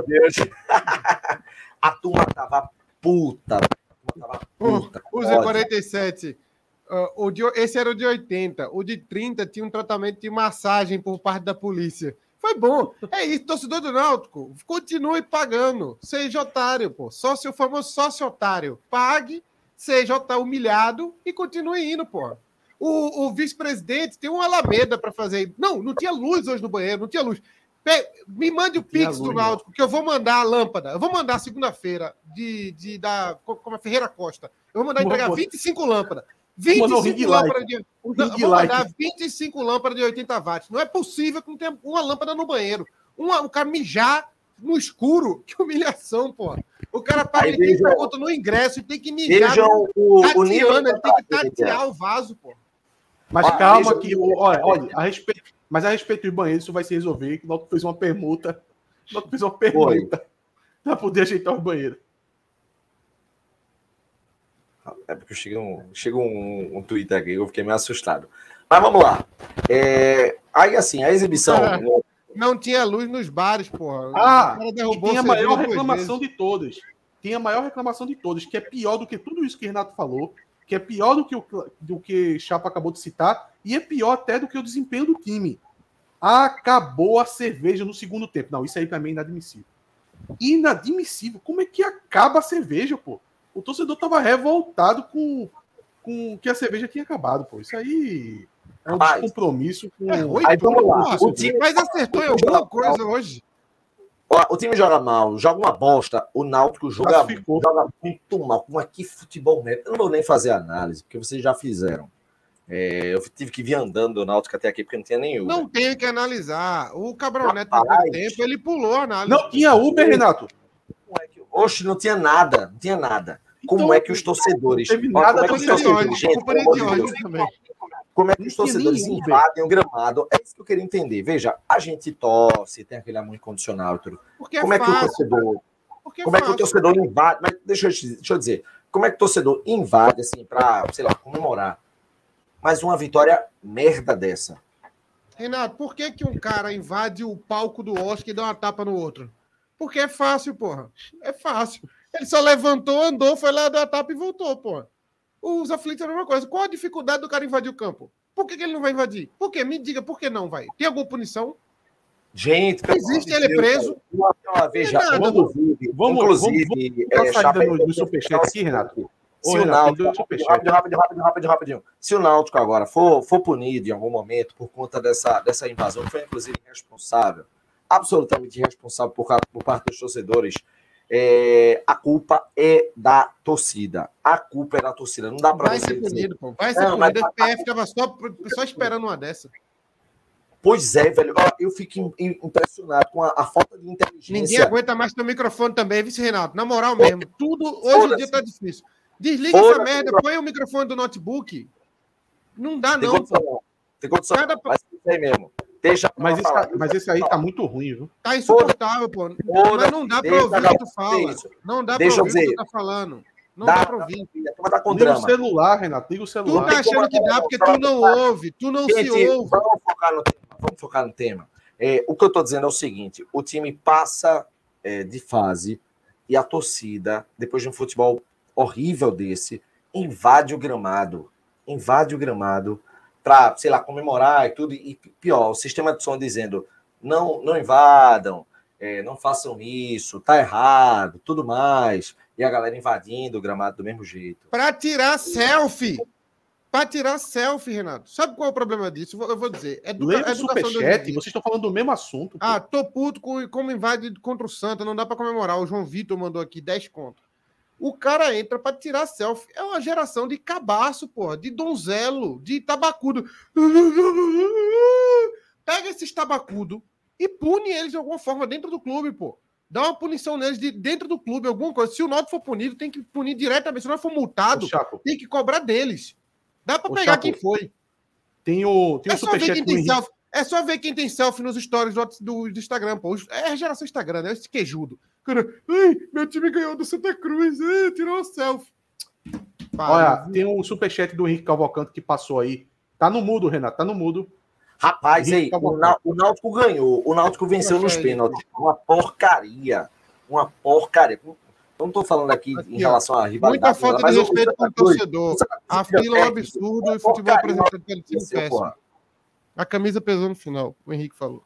A turma tava puta.
O Z47, esse era o de 80, o de 30 tinha um tratamento de massagem por parte da polícia. Foi bom. É isso, torcedor do Náutico, continue pagando. Seja otário, pô. O famoso sócio otário. Pague, seja humilhado e continue indo, pô. O vice-presidente tem uma Alameda para fazer. Não tinha luz hoje no banheiro, não tinha luz. Me mande o Pix do Náutico, que eu vou mandar a lâmpada. Eu vou mandar segunda-feira como a Ferreira Costa. Eu vou mandar entregar 25 lâmpadas. 25 lâmpadas de... Vou mandar 25 lâmpadas de 80 watts. Não é possível que não tenha uma lâmpada no banheiro. O cara mijar no escuro. Que humilhação, pô. O cara tem que dar conta no ingresso e tem que mijar.
O nível,
ele tem que tatear o vaso, pô.
Mas calma que, olha, a respeito do banheiro, isso vai se resolver. O Náutico fez uma permuta. Para poder ajeitar o banheiro.
É porque chega um Twitter aqui, eu fiquei meio assustado. Mas vamos lá. Aí, assim, a exibição...
Não tinha luz nos bares, porra.
E tem a maior reclamação de todas. Tem a maior reclamação de todas, que é pior do que tudo isso que o Renato falou, que é pior do que Chapa acabou de citar, e é pior até do que o desempenho do time. Acabou a cerveja no segundo tempo. Não, isso aí pra mim é inadmissível. Inadmissível. Como é que acaba a cerveja, pô? O torcedor tava revoltado com que a cerveja tinha acabado, pô. Isso aí é um descompromisso com...
Aí vamos lá.
Mas acertou em alguma coisa hoje.
O time joga mal, joga uma bosta. O Náutico joga muito mal. Como aqui futebol mesmo. Eu não vou nem fazer análise, porque vocês já fizeram. Eu tive que vir andando do Náutico até aqui, porque não tinha nenhum.
Não tem que analisar. O Cabral Neto, no tempo, ele pulou a análise.
Não tinha Uber, Renato.
Oxe, não tinha nada. Não tinha nada. Como
Então,
é que os torcedores...
Não teve nada
Como é que os torcedores invadem o gramado? É isso que eu queria entender. Veja, a gente torce, tem aquele amor incondicional e tudo. Como é que o torcedor... Como é que o torcedor invade... Mas deixa eu dizer. Como é que o torcedor invade, assim, pra, sei lá, comemorar? Mas uma vitória merda dessa.
Renato, por que um cara invade o palco do Oscar e dá uma tapa no outro? Porque é fácil, porra. É fácil. Ele só levantou, andou, foi lá, deu a tapa e voltou, porra. Os aflitos é a mesma coisa. Qual a dificuldade do cara invadir o campo? Por que ele não vai invadir? Por quê? Me diga, por que não vai? Tem alguma punição?
Gente,
existe, ele é preso.
Veja,
inclusive, a saída do superchat aqui, Renato.
Se o Náutico, rapidinho. Se o Náutico agora for punido em algum momento por conta dessa invasão, que foi inclusive irresponsável, absolutamente irresponsável por parte dos torcedores, a culpa é da torcida. A culpa é da torcida. Não dá para você
ser punido, pô. Vai ser punido. O FPF estava só esperando uma dessa.
Pois é, velho. Eu fico impressionado com a falta de inteligência.
Ninguém aguenta mais teu microfone também, vice Renato. Na moral mesmo. Tudo hoje em dia tá difícil. Desliga essa merda, põe o microfone do notebook. Não dá, não.
Tem condição. Vai ser isso aí mesmo.
Mas esse aí tá muito ruim, viu?
Tá insuportável, pô. Mas não dá pra ouvir o que tu fala. Não dá pra ouvir o que tu tá falando. Não dá pra ouvir.
Liga o celular, Renato. Liga o celular.
Tu tá achando que dá porque tu não ouve. Tu não se ouve.
Vamos focar no tema. O que eu tô dizendo é o seguinte. O time passa de fase e a torcida, depois de um futebol horrível desse, invade o gramado para, sei lá, comemorar e tudo. E pior, o sistema de som dizendo não invadam, não façam isso, tá errado, tudo mais. E a galera invadindo o gramado do mesmo jeito.
Para tirar selfie, Renato. Sabe qual é o problema disso? Eu vou dizer.
Lembra o superchat? Vocês estão falando do mesmo assunto. Pô.
Tô puto com como invade contra o Santa. Não dá para comemorar. O João Vitor mandou aqui 10 contos. O cara entra para tirar selfie. É uma geração de cabaço, porra. De donzelo, de tabacudo. Pega esses tabacudo e pune eles de alguma forma dentro do clube, pô. Dá uma punição neles dentro do clube, alguma coisa. Se o Náutico for punido, tem que punir diretamente. Se não for multado, tem que cobrar deles. Dá pra pegar quem foi.
Tem o superchat do Henrique.
É só ver quem tem selfie nos stories do Instagram, pô. É a geração Instagram, né? Esse queijudo. Cara, meu time ganhou do Santa Cruz. Tirou uma selfie.
Olha, tem um superchat do Henrique Cavalcante que passou aí. Tá no mudo, Renato. Tá no mudo.
Rapaz, o Náutico ganhou. O Náutico venceu nos pênaltis. Uma porcaria. Eu não tô falando aqui em relação à rivalidade.
Muita falta de respeito com o torcedor. A fila é um absurdo e o futebol apresentado pelo time péssimo. A camisa pesou no final, o Henrique falou.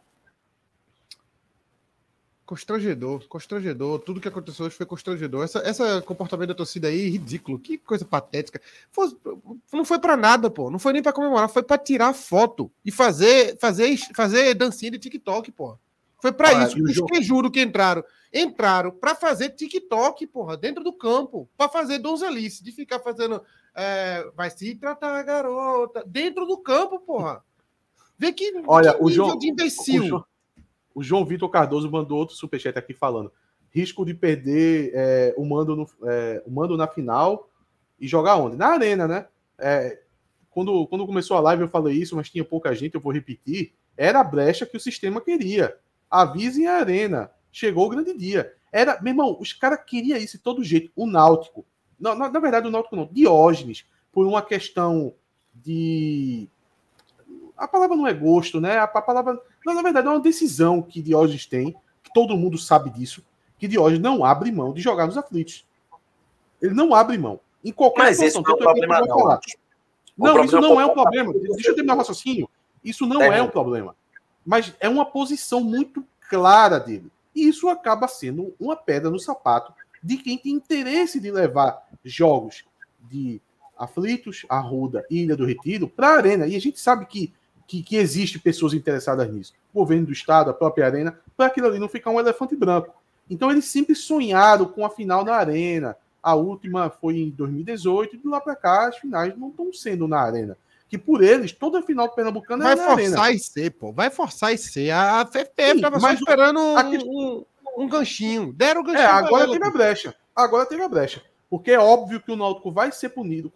Constrangedor. Tudo que aconteceu hoje foi constrangedor. Esse comportamento da torcida aí, ridículo. Que coisa patética. Não foi pra nada, pô. Não foi nem pra comemorar. Foi pra tirar foto e fazer dancinha de TikTok, pô. Foi pra isso. Os que juro que entraram pra fazer TikTok, porra, dentro do campo. Pra fazer donzelice. De ficar fazendo... vai se tratar, garota. Dentro do campo, porra. Vê que
nível
de imbecil.
O João Vitor Cardoso mandou outro superchat aqui falando: risco de perder o mando na final e jogar onde? Na arena, né? Quando começou a live eu falei isso, mas tinha pouca gente, eu vou repetir. Era a brecha que o sistema queria. Avisem a arena. Chegou o grande dia. Meu irmão, os caras queriam isso de todo jeito. O Náutico. Na verdade, o Náutico não. Diógenes, por uma questão de... A palavra não é gosto, né? A palavra... Não, na verdade, é uma decisão que Diógenes tem, que todo mundo sabe disso, que Diógenes não abre mão de jogar nos aflitos. Ele não abre mão. Em qualquer
situação. Mas esse não é um problema, não.
Não, isso não é um problema. Deixa eu terminar o raciocínio. Isso não é um problema. Mas é uma posição muito clara dele. E isso acaba sendo uma pedra no sapato de quem tem interesse de levar jogos de Aflitos, Arruda e Ilha do Retiro para a arena. E a gente sabe que existe pessoas interessadas nisso. O governo do estado, a própria arena, para aquilo ali não ficar um elefante branco. Então eles sempre sonharam com a final na arena. A última foi em 2018 e de lá para cá as finais não estão sendo na arena. Que por eles, toda a final do Pernambucano é na arena.
Vai forçar e ser. A FFF estava só esperando um ganchinho. Deram o ganchinho.
Agora teve a brecha. Porque é óbvio que o Náutico vai ser punido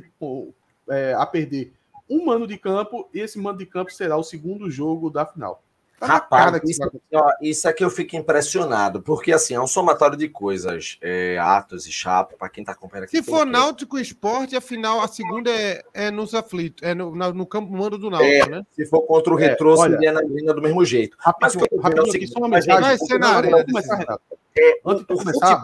a perder um mando de campo, e esse mando de campo será o segundo jogo da final.
Rapaz, isso aqui eu fico impressionado, porque assim, é um somatório de coisas, atos e chapas, para quem está acompanhando aqui.
Se for Náutico e Sport, a segunda é nos aflitos, no campo mando do Náutico, né?
Se for contra o Retrô, seria na arena do mesmo jeito.
Mas o que eu digo é o seguinte, vai ser na arena. Antes de começar,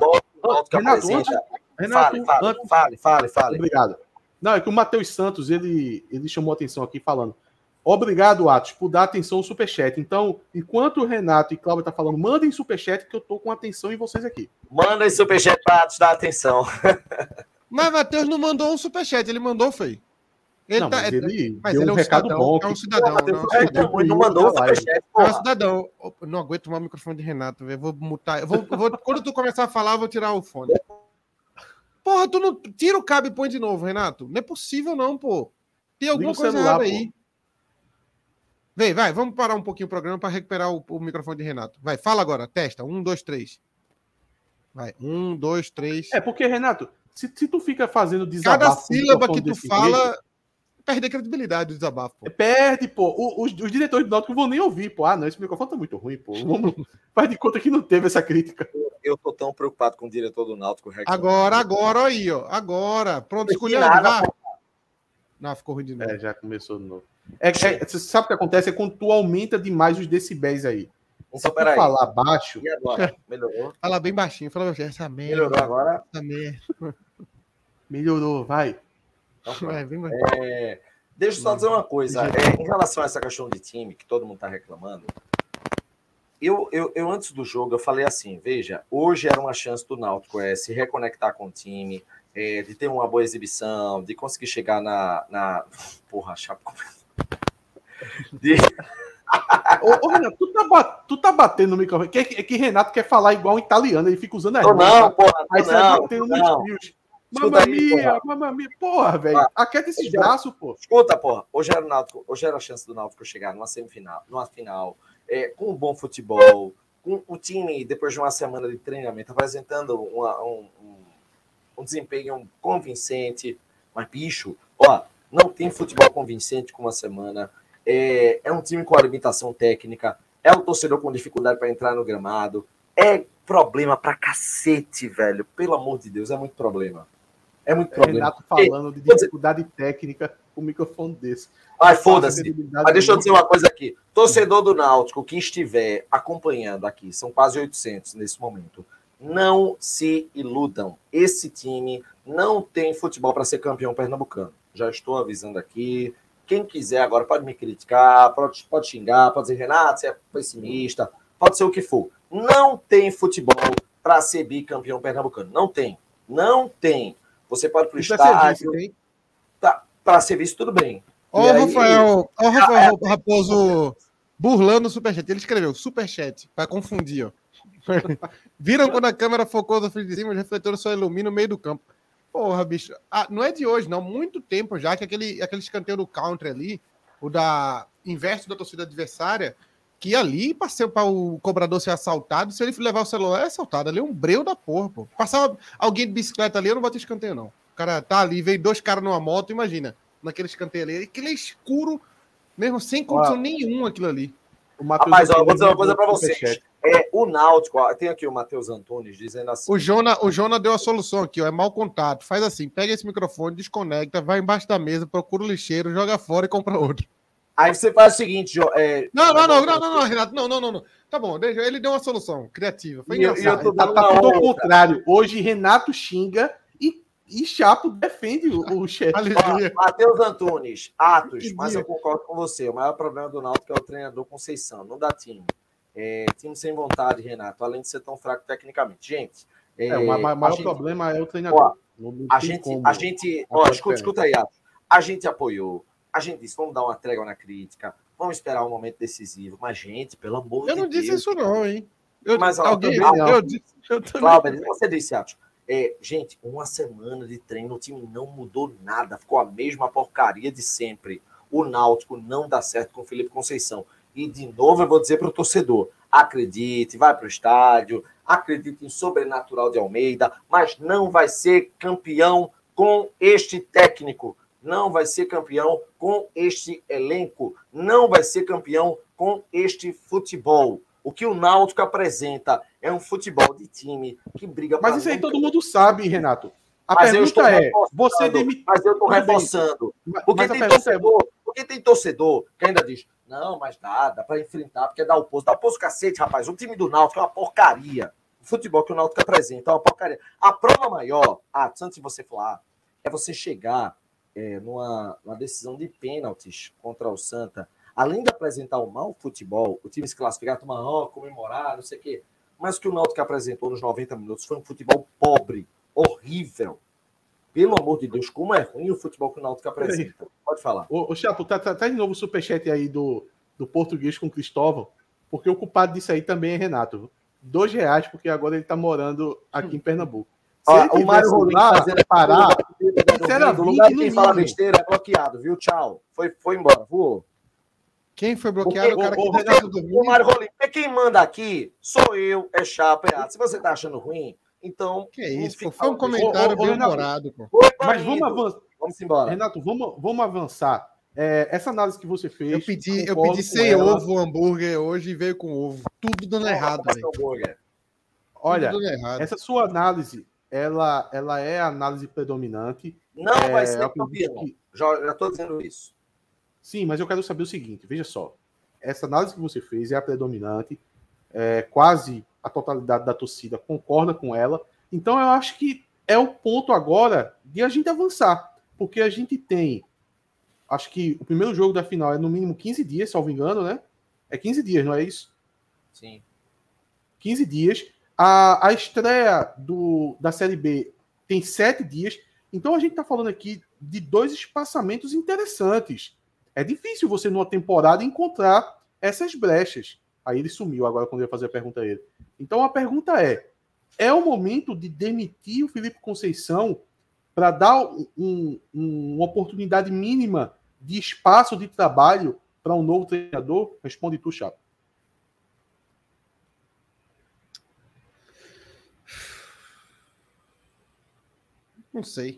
Renato, fale. Obrigado. Não, é que o Matheus Santos, ele chamou a atenção aqui falando: obrigado, Atos, por dar atenção ao superchat. Então, enquanto o Renato e Cláudio tá falando, mandem superchat que eu tô com atenção em vocês aqui.
Mandem superchat para Atos dar atenção.
Mas Matheus não mandou um superchat, ele mandou, foi.
Ele deu um recado bom.
É um cidadão.
Não mandou o superchat.
É um cidadão. Não aguento tomar o microfone de Renato, velho. Vou mutar. Quando tu começar a falar, eu vou tirar o fone. Porra, tu não tira o cabo e põe de novo, Renato. Não é possível, não, pô. Tem alguma coisa errada aí. Vai, vamos parar um pouquinho o programa para recuperar o microfone de Renato. Vai, fala agora, testa. 1, 2, 3. Vai, 1, 2, 3.
Porque, Renato, se tu fica fazendo desabafo...
Cada sílaba que tu fala... perder a credibilidade do desabafo, pô.
Perde, pô. Os diretores do Náutico vão nem ouvir, pô. Ah, não, esse microfone tá muito ruim, pô. Vamos... Faz de conta que não teve essa crítica.
Eu tô tão preocupado com o diretor do Náutico.
Agora, olha aí, ó. Agora. Pronto, escolheu. Não, ficou ruim de novo.
Já começou de novo. Você sabe o que acontece? É quando tu aumenta demais os decibéis aí.
Então,
se tu falar baixo...
E agora? Melhorou?
Fala bem baixinho. Fala, essa merda.
Melhorou agora?
Essa merda.
Melhorou, vai.
Então,
bem
deixa eu só dizer uma coisa. Em relação a essa questão de time, que todo mundo tá reclamando, eu antes do jogo, eu falei assim, veja, hoje era uma chance do Náutico se reconectar com o time, de ter uma boa exibição, de conseguir chegar na... Porra, chapa...
Ô, Renato, tu tá batendo no microfone. É que Renato quer falar igual um italiano, ele fica usando as mãos.
Não, porra,
aí sai batendo nos fios. Mamma mia, porra, velho. Aquieta esses braços, pô.
Escuta, porra. Hoje era a chance do Náutico chegar numa semifinal, numa final, com um bom futebol, com o time, depois de uma semana de treinamento, apresentando um desempenho convincente. Mas, bicho, não tem futebol convincente com uma semana. É um time com a limitação técnica. É um torcedor com dificuldade para entrar no gramado. É problema pra cacete, velho. Pelo amor de Deus, é muito problema. É muito problema.
Renato falando de dificuldade técnica com um microfone desse.
Ai, foda-se. Mas deixa eu dizer uma coisa aqui. Torcedor do Náutico que estiver acompanhando aqui, são quase 800 nesse momento, não se iludam. Esse time não tem futebol para ser campeão pernambucano. Já estou avisando aqui. Quem quiser agora pode me criticar, pode xingar, pode dizer, Renato, você é pessimista, pode ser o que for. Não tem futebol para ser bicampeão pernambucano. Não tem. Não tem. Você pode ir para o estádio. Para ser visto, tudo bem.
Olha o Rafael Raposo burlando o Superchat. Ele escreveu Superchat, para confundir. Ó. Viram quando a câmera focou da frente de cima, os refletores só iluminam o meio do campo. Porra, bicho. Não é de hoje, não. Muito tempo já que aquele escanteio do country ali, o da inverso da torcida adversária, que ali, para o cobrador ser assaltado, se ele levar o celular, é assaltado. Ali é um breu da porra, pô. Passar alguém de bicicleta ali, eu não boto escanteio, não. O cara tá ali, veio 2 caras numa moto, imagina, naquele escanteio ali. Aquele é escuro, mesmo sem condição nenhuma aquilo ali.
Rapaz, vou dizer uma coisa pra vocês. O Náutico, tem aqui o Matheus Antunes dizendo assim...
O Jona deu a solução aqui, ó, é mau contato. Faz assim, pega esse microfone, desconecta, vai embaixo da mesa, procura o lixeiro, joga fora e compra outro.
Aí você faz o seguinte,
Não, Renato, não. Tá bom, ele deu uma solução criativa. Foi engraçado.
Tá tudo ao contrário. Hoje Renato xinga e Chapo defende o chefe.
Matheus Antunes, mas eu concordo com você. O maior problema do Náutico é o treinador Conceição. Não dá time. Time sem vontade, Renato, além de ser tão fraco tecnicamente. Gente...
o maior problema é o treinador.
Escuta aí, Atos. A gente apoiou. A gente disse, vamos dar uma trégua na crítica, vamos esperar um momento decisivo. Mas, gente, pelo amor de Deus...
Eu não disse isso não, hein?
Cláudio, você disse, Atos. Gente, uma semana de treino, o time não mudou nada, ficou a mesma porcaria de sempre. O Náutico não dá certo com o Felipe Conceição. E, de novo, eu vou dizer para o torcedor, acredite, vai para o estádio, acredite em Sobrenatural de Almeida, mas não vai ser campeão com este técnico. Não vai ser campeão com este elenco. Não vai ser campeão com este futebol. O que o Náutico apresenta é um futebol de time que briga...
Mas isso aí todo mundo sabe, Renato. A pergunta é... Você
Mas eu estou reforçando. Porque tem torcedor que ainda diz, não, mas dá para enfrentar, porque dá o posto. Dá o posto cacete, rapaz. O time do Náutico é uma porcaria. O futebol que o Náutico apresenta é uma porcaria. A prova maior, antes de você falar, é você chegar... numa decisão de pênaltis contra o Santa, além de apresentar um mau futebol, o time se classificar, tomar comemorar, não sei o quê, mas o que o Náutico apresentou nos 90 minutos foi um futebol pobre, horrível. Pelo amor de Deus, como é ruim o futebol que o Náutico apresenta. Pode falar.
Ô Chapo, tá de novo o superchat aí do português com Cristóvão, porque o culpado disso aí também é Renato. R$2, porque agora ele tá morando aqui em Pernambuco.
O Mário Rolim fazendo
parar.
No lugar de quem fala besteira é bloqueado, viu? Tchau. Foi embora, voou.
Quem foi bloqueado?
O Mário Rolim. Porque quem manda aqui sou eu, é Chapo, é Atos. Se você tá achando ruim, então...
Que é isso, pô? Foi um comentário bem humorado, pô.
Mas vamos avançar.
Vamos embora.
Renato, vamos avançar. Essa análise que você fez...
Eu pedi sem ovo hambúrguer hoje e veio com ovo. Tudo dando errado, velho.
Olha, essa sua análise, ela é a análise predominante.
Não vai ser campeão. Já estou dizendo isso.
Sim, mas eu quero saber o seguinte, veja só. Essa análise que você fez é a predominante. Quase a totalidade da torcida concorda com ela. Então, eu acho que é o ponto agora de a gente avançar. Porque a gente tem... Acho que o primeiro jogo da final é no mínimo 15 dias, salvo engano, né? É 15 dias, não é isso?
Sim.
15 dias. A estreia da Série B tem 7 dias. Então a gente está falando aqui de 2 espaçamentos interessantes. É difícil você, numa temporada, encontrar essas brechas. Aí ele sumiu agora quando eu ia fazer a pergunta a ele. Então a pergunta é o momento de demitir o Felipe Conceição para dar uma oportunidade mínima de espaço de trabalho para um novo treinador? Responde tu, Chapo.
Não sei.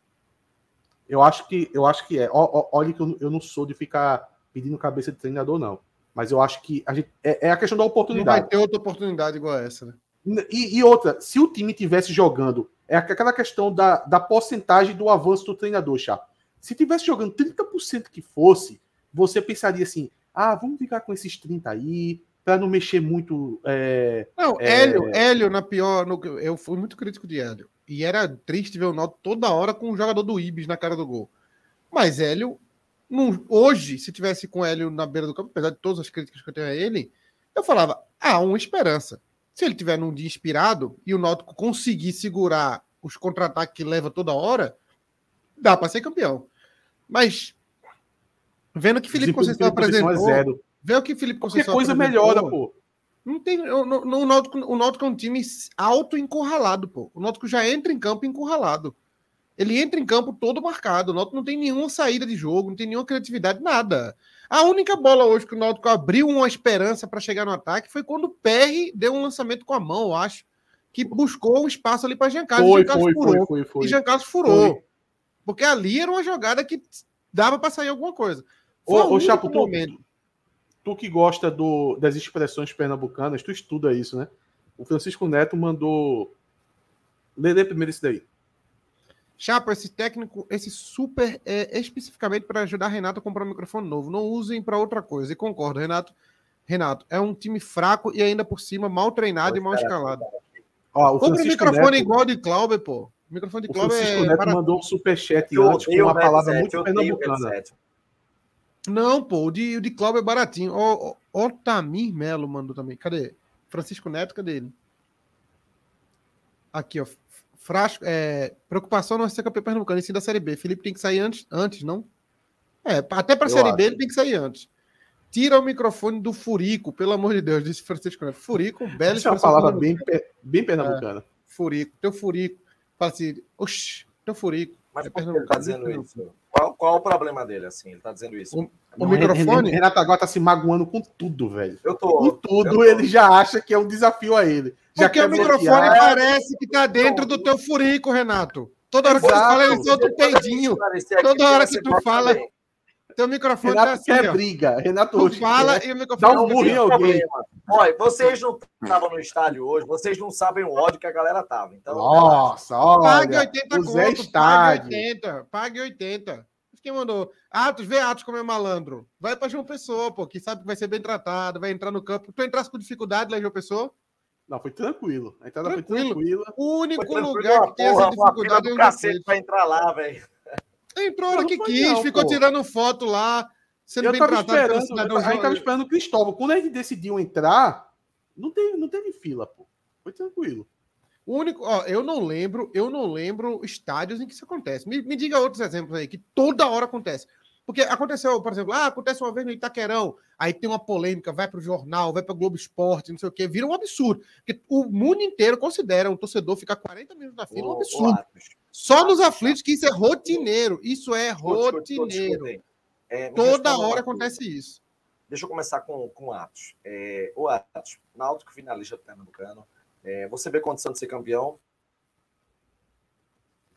Eu acho que é. Olha que eu não sou de ficar pedindo cabeça de treinador, não. Mas eu acho que é a questão da oportunidade.
Não vai ter outra oportunidade igual a essa, né?
E outra, se o time tivesse jogando, é aquela questão da porcentagem do avanço do treinador, Chapo. Se tivesse jogando 30% que fosse, você pensaria assim, vamos ficar com esses 30 aí, para não mexer muito...
Hélio, na pior... eu fui muito crítico de Hélio. E era triste ver o Náutico toda hora com o jogador do Ibis na cara do gol. Mas Hélio, hoje, se tivesse com Hélio na beira do campo, apesar de todas as críticas que eu tenho a ele, eu falava, uma esperança. Se ele tiver num dia inspirado e o Náutico conseguir segurar os contra-ataques que leva toda hora, dá para ser campeão. Mas vendo que Felipe Conceição apresentou, vendo que Felipe Conceição
coisa melhora, pô.
Não tem, o Náutico é um time auto-encurralado, pô. O Náutico já entra em campo encurralado. Ele entra em campo todo marcado. O Náutico não tem nenhuma saída de jogo, não tem nenhuma criatividade, nada. A única bola hoje que o Náutico abriu uma esperança para chegar no ataque foi quando o Perry deu um lançamento com a mão, eu acho, que buscou um espaço ali para Giancarlo. E Giancarlo furou. Porque ali era uma jogada que dava para sair alguma coisa.
Ô Chapo, tu que gosta das expressões pernambucanas, tu estuda isso, né? O Francisco Neto mandou... Lê primeiro isso daí.
Chapo, esse técnico, esse super é especificamente para ajudar Renato a comprar um microfone novo. Não usem para outra coisa. E concordo, Renato. Renato, é um time fraco e ainda por cima mal treinado e mal escalado. Compra um microfone Neto, igual de Clauber, pô. O microfone de Clauber
Francisco Neto mandou um superchat antes com uma palavra muito pernambucana.
Não, pô, o de Clauber é baratinho. O Tamir Melo mandou também. Cadê? Francisco Neto, cadê ele? Aqui, ó. Preocupação não é ser campeão pernambucano, e sim da Série B. Felipe tem que sair antes, não? Até para a Série B ele tem que sair antes. Tira o microfone do Furico, pelo amor de Deus, disse Francisco Neto. Furico, bela
expressão. Essa é uma palavra bem pernambucana.
Furico, teu Furico. Fala assim, oxi, teu Furico.
Mas por que ele tá dizendo isso? Qual o problema dele, assim? Ele tá dizendo isso?
O microfone?
Renato agora tá se magoando com tudo, velho.
Com
tudo, ele já acha que é um desafio a ele.
Porque o microfone parece que tá dentro do teu furico, Renato. Toda hora que tu fala, ele solta um peidinho. Toda hora que tu fala, teu microfone
Renato
tá assim,
quer briga. Renato
tu fala e o microfone
dá um burro em alguém.
Olha, vocês não estavam no estádio hoje, vocês não sabem o ódio que a galera tava. Então,
nossa, olha.
Pague 80 conto, pague 80. Quem mandou? Atos comer malandro. Vai pra João Pessoa, pô, que sabe que vai ser bem tratado, vai entrar no campo. Tu entrasse com dificuldade lá em João Pessoa?
Não, foi tranquilo. A entrada foi tranquila.
O único lugar que tem essa dificuldade
é o cacete pra entrar lá, velho.
Entrou a hora que quis, ficou tirando foto lá, sendo bem tratado.
A gente tava esperando o Cristóvão. Quando a gente decidiu entrar, não teve fila, pô. Foi tranquilo.
O único, eu não lembro estádios em que isso acontece. Me diga outros exemplos aí, que toda hora acontece. Porque aconteceu, por exemplo, acontece uma vez no Itaquerão, aí tem uma polêmica, vai pro jornal, vai pro Globo Esporte, não sei o quê, vira um absurdo. Porque o mundo inteiro considera um torcedor ficar 40 minutos na fila um absurdo. Só nos aflitos que isso é rotineiro. Isso é rotineiro. Toda hora acontece isso.
Deixa eu começar com Atos. O Atos, Náutico finalista do Pernambucano. Você vê condição de ser campeão?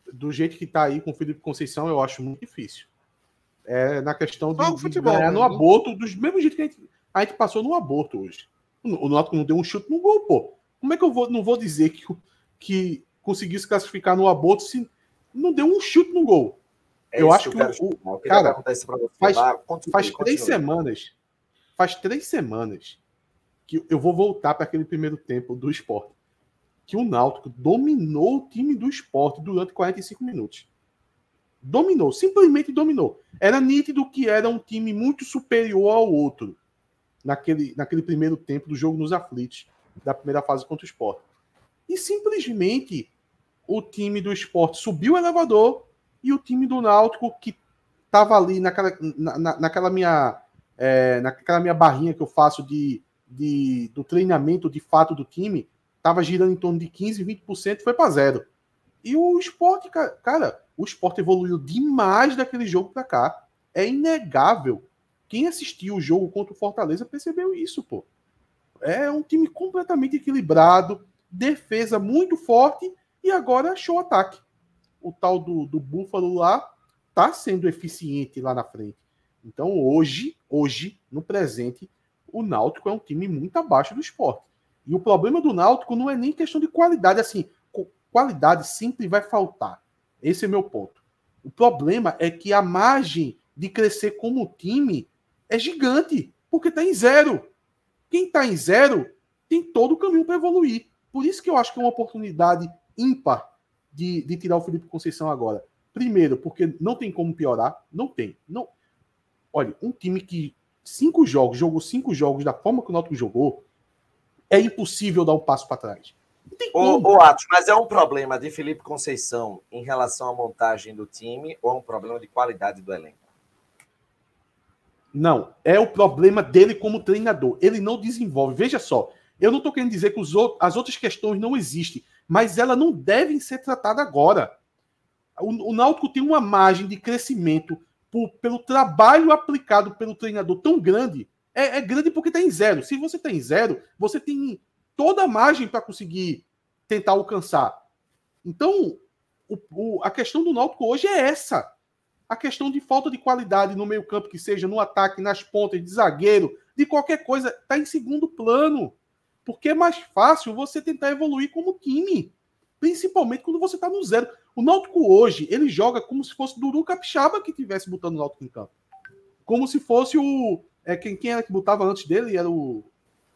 do jeito que tá aí com o Felipe Conceição, eu acho muito difícil. É na questão
Só o
de
futebol,
ganhar
né?
no aborto, do mesmo jeito que a gente passou no aborto hoje. O Náutico não deu um chute no gol, pô. Como é que eu não vou dizer que conseguiu se classificar no aborto se não deu um chute no gol? Eu acho que cara, faz 3 semanas. Faz 3 semanas que eu vou voltar para aquele primeiro tempo do Sport. Que o Náutico dominou o time do Sport durante 45 minutos. Dominou, simplesmente dominou. Era nítido que era um time muito superior ao outro naquele primeiro tempo do jogo nos aflitos, da primeira fase contra o Sport. E simplesmente o time do Sport subiu o elevador e o time do Náutico, que estava ali naquela minha barrinha que eu faço do treinamento de fato do time, estava girando em torno de 15%, 20%, foi para 0. E o Sport, cara, o Sport evoluiu demais daquele jogo para cá. É inegável. Quem assistiu o jogo contra o Fortaleza percebeu isso, pô. É um time completamente equilibrado, defesa muito forte e agora achou ataque. O tal do Búfalo lá tá sendo eficiente lá na frente. Então hoje, no presente, o Náutico é um time muito abaixo do Sport. E o problema do Náutico não é nem questão de qualidade, assim, qualidade sempre vai faltar. Esse é meu ponto. O problema é que a margem de crescer como time é gigante, porque está em 0. Quem está em 0 tem todo o caminho para evoluir. Por isso que eu acho que é uma oportunidade ímpar de tirar o Felipe Conceição agora. Primeiro, porque não tem como piorar. Não tem. Não. Olha, um time que jogou 5 jogos da forma que o Náutico jogou, é impossível dar um passo para trás.
Ô, Atos, mas é um problema de Felipe Conceição em relação à montagem do time ou é um problema de qualidade do elenco?
Não, é o problema dele como treinador. Ele não desenvolve. Veja só, eu não estou querendo dizer que as outras questões não existem, mas elas não devem ser tratadas agora. O Náutico tem uma margem de crescimento pelo trabalho aplicado pelo treinador tão grande. É grande porque está em 0. Se você está em 0, você tem toda a margem para conseguir tentar alcançar. Então, a questão do Náutico hoje é essa. A questão de falta de qualidade no meio-campo, que seja no ataque, nas pontas, de zagueiro, de qualquer coisa, está em segundo plano. Porque é mais fácil você tentar evoluir como time. Principalmente quando você está no 0. O Náutico hoje, ele joga como se fosse Duru Capixaba que estivesse botando o Náutico em campo. Como se fosse o... Quem era que botava antes dele? Era o...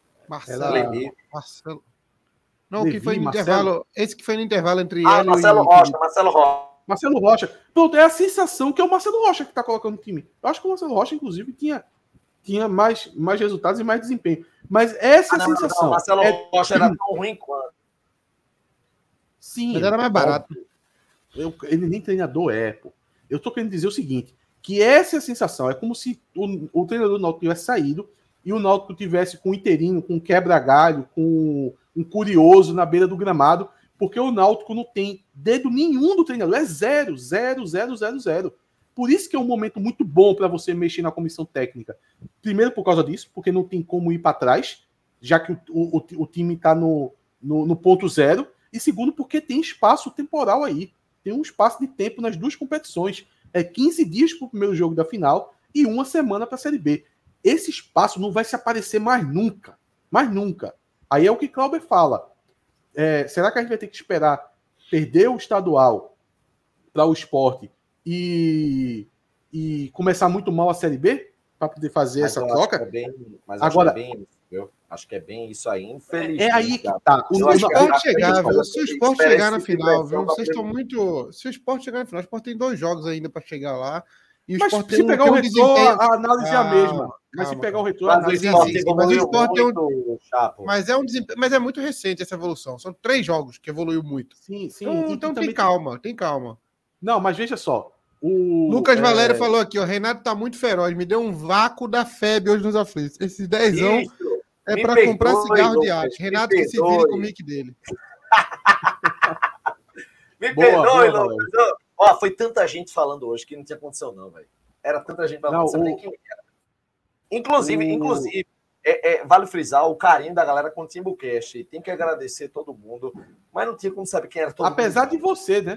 Marcelo. Não, Levi, que foi no intervalo. Esse que foi no intervalo entre ele
Marcelo Rocha.
Marcelo Rocha. Pronto, é a sensação que é o Marcelo Rocha que está colocando no time. Eu acho que o Marcelo Rocha, inclusive, tinha mais resultados e mais desempenho. Mas essa é a sensação.
Não, Marcelo Rocha era tão ruim quanto.
Sim.
Mas era mais barato.
Ele nem treinador é, pô. Eu estou querendo dizer o seguinte, que essa é a sensação. É como se o treinador do Náutico tivesse saído e o Náutico tivesse com um inteirinho, com um quebra-galho, com um curioso na beira do gramado, porque o Náutico não tem dedo nenhum do treinador. É 0, 0, 0, 0, 0. Por isso que é um momento muito bom para você mexer na comissão técnica. Primeiro, por causa disso, porque não tem como ir para trás, já que o time está no ponto 0. E segundo, porque tem espaço temporal aí. Tem um espaço de tempo nas duas competições. É 15 dias para o primeiro jogo da final e 1 semana para a Série B. Esse espaço não vai se aparecer mais nunca. Mais nunca. Aí é o que Clauber fala. Será que a gente vai ter que esperar perder o estadual para o Sport e começar muito mal a Série B para poder fazer essa troca?
Acho que é bem isso aí, infelizmente.
É aí que tá.
Se o Sport chegar, viu? Se o Sport chegar na final, viu? Vocês estão muito. Se o Sport chegar na final, o Sport tem 2 jogos ainda para chegar lá. E o
mas
Sport
se pegar o Retrô, a análise é a mesma. Mas se pegar o Retrô, a análise é a mesma.
Mas o Sport tem mas é muito recente essa evolução. São 3 jogos que evoluiu muito.
Sim.
Então tem calma, tem calma.
Não, mas veja só.
Lucas Valério falou aqui, ó. Renato tá muito feroz. Me deu um vácuo da febre hoje nos aflitos. Esses 10 é para comprar cigarro de arte. Renato que se vire com o mic dele.
Me perdoe, Lucas. Ó, foi tanta gente falando hoje que não tinha condição, não, velho. Era tanta gente falando, não sabe nem quem era. Inclusive, vale frisar o carinho da galera com o Timbucast. Tem que agradecer todo mundo, mas não tinha como saber quem era todo
mundo. Apesar
mundo.
De você, né?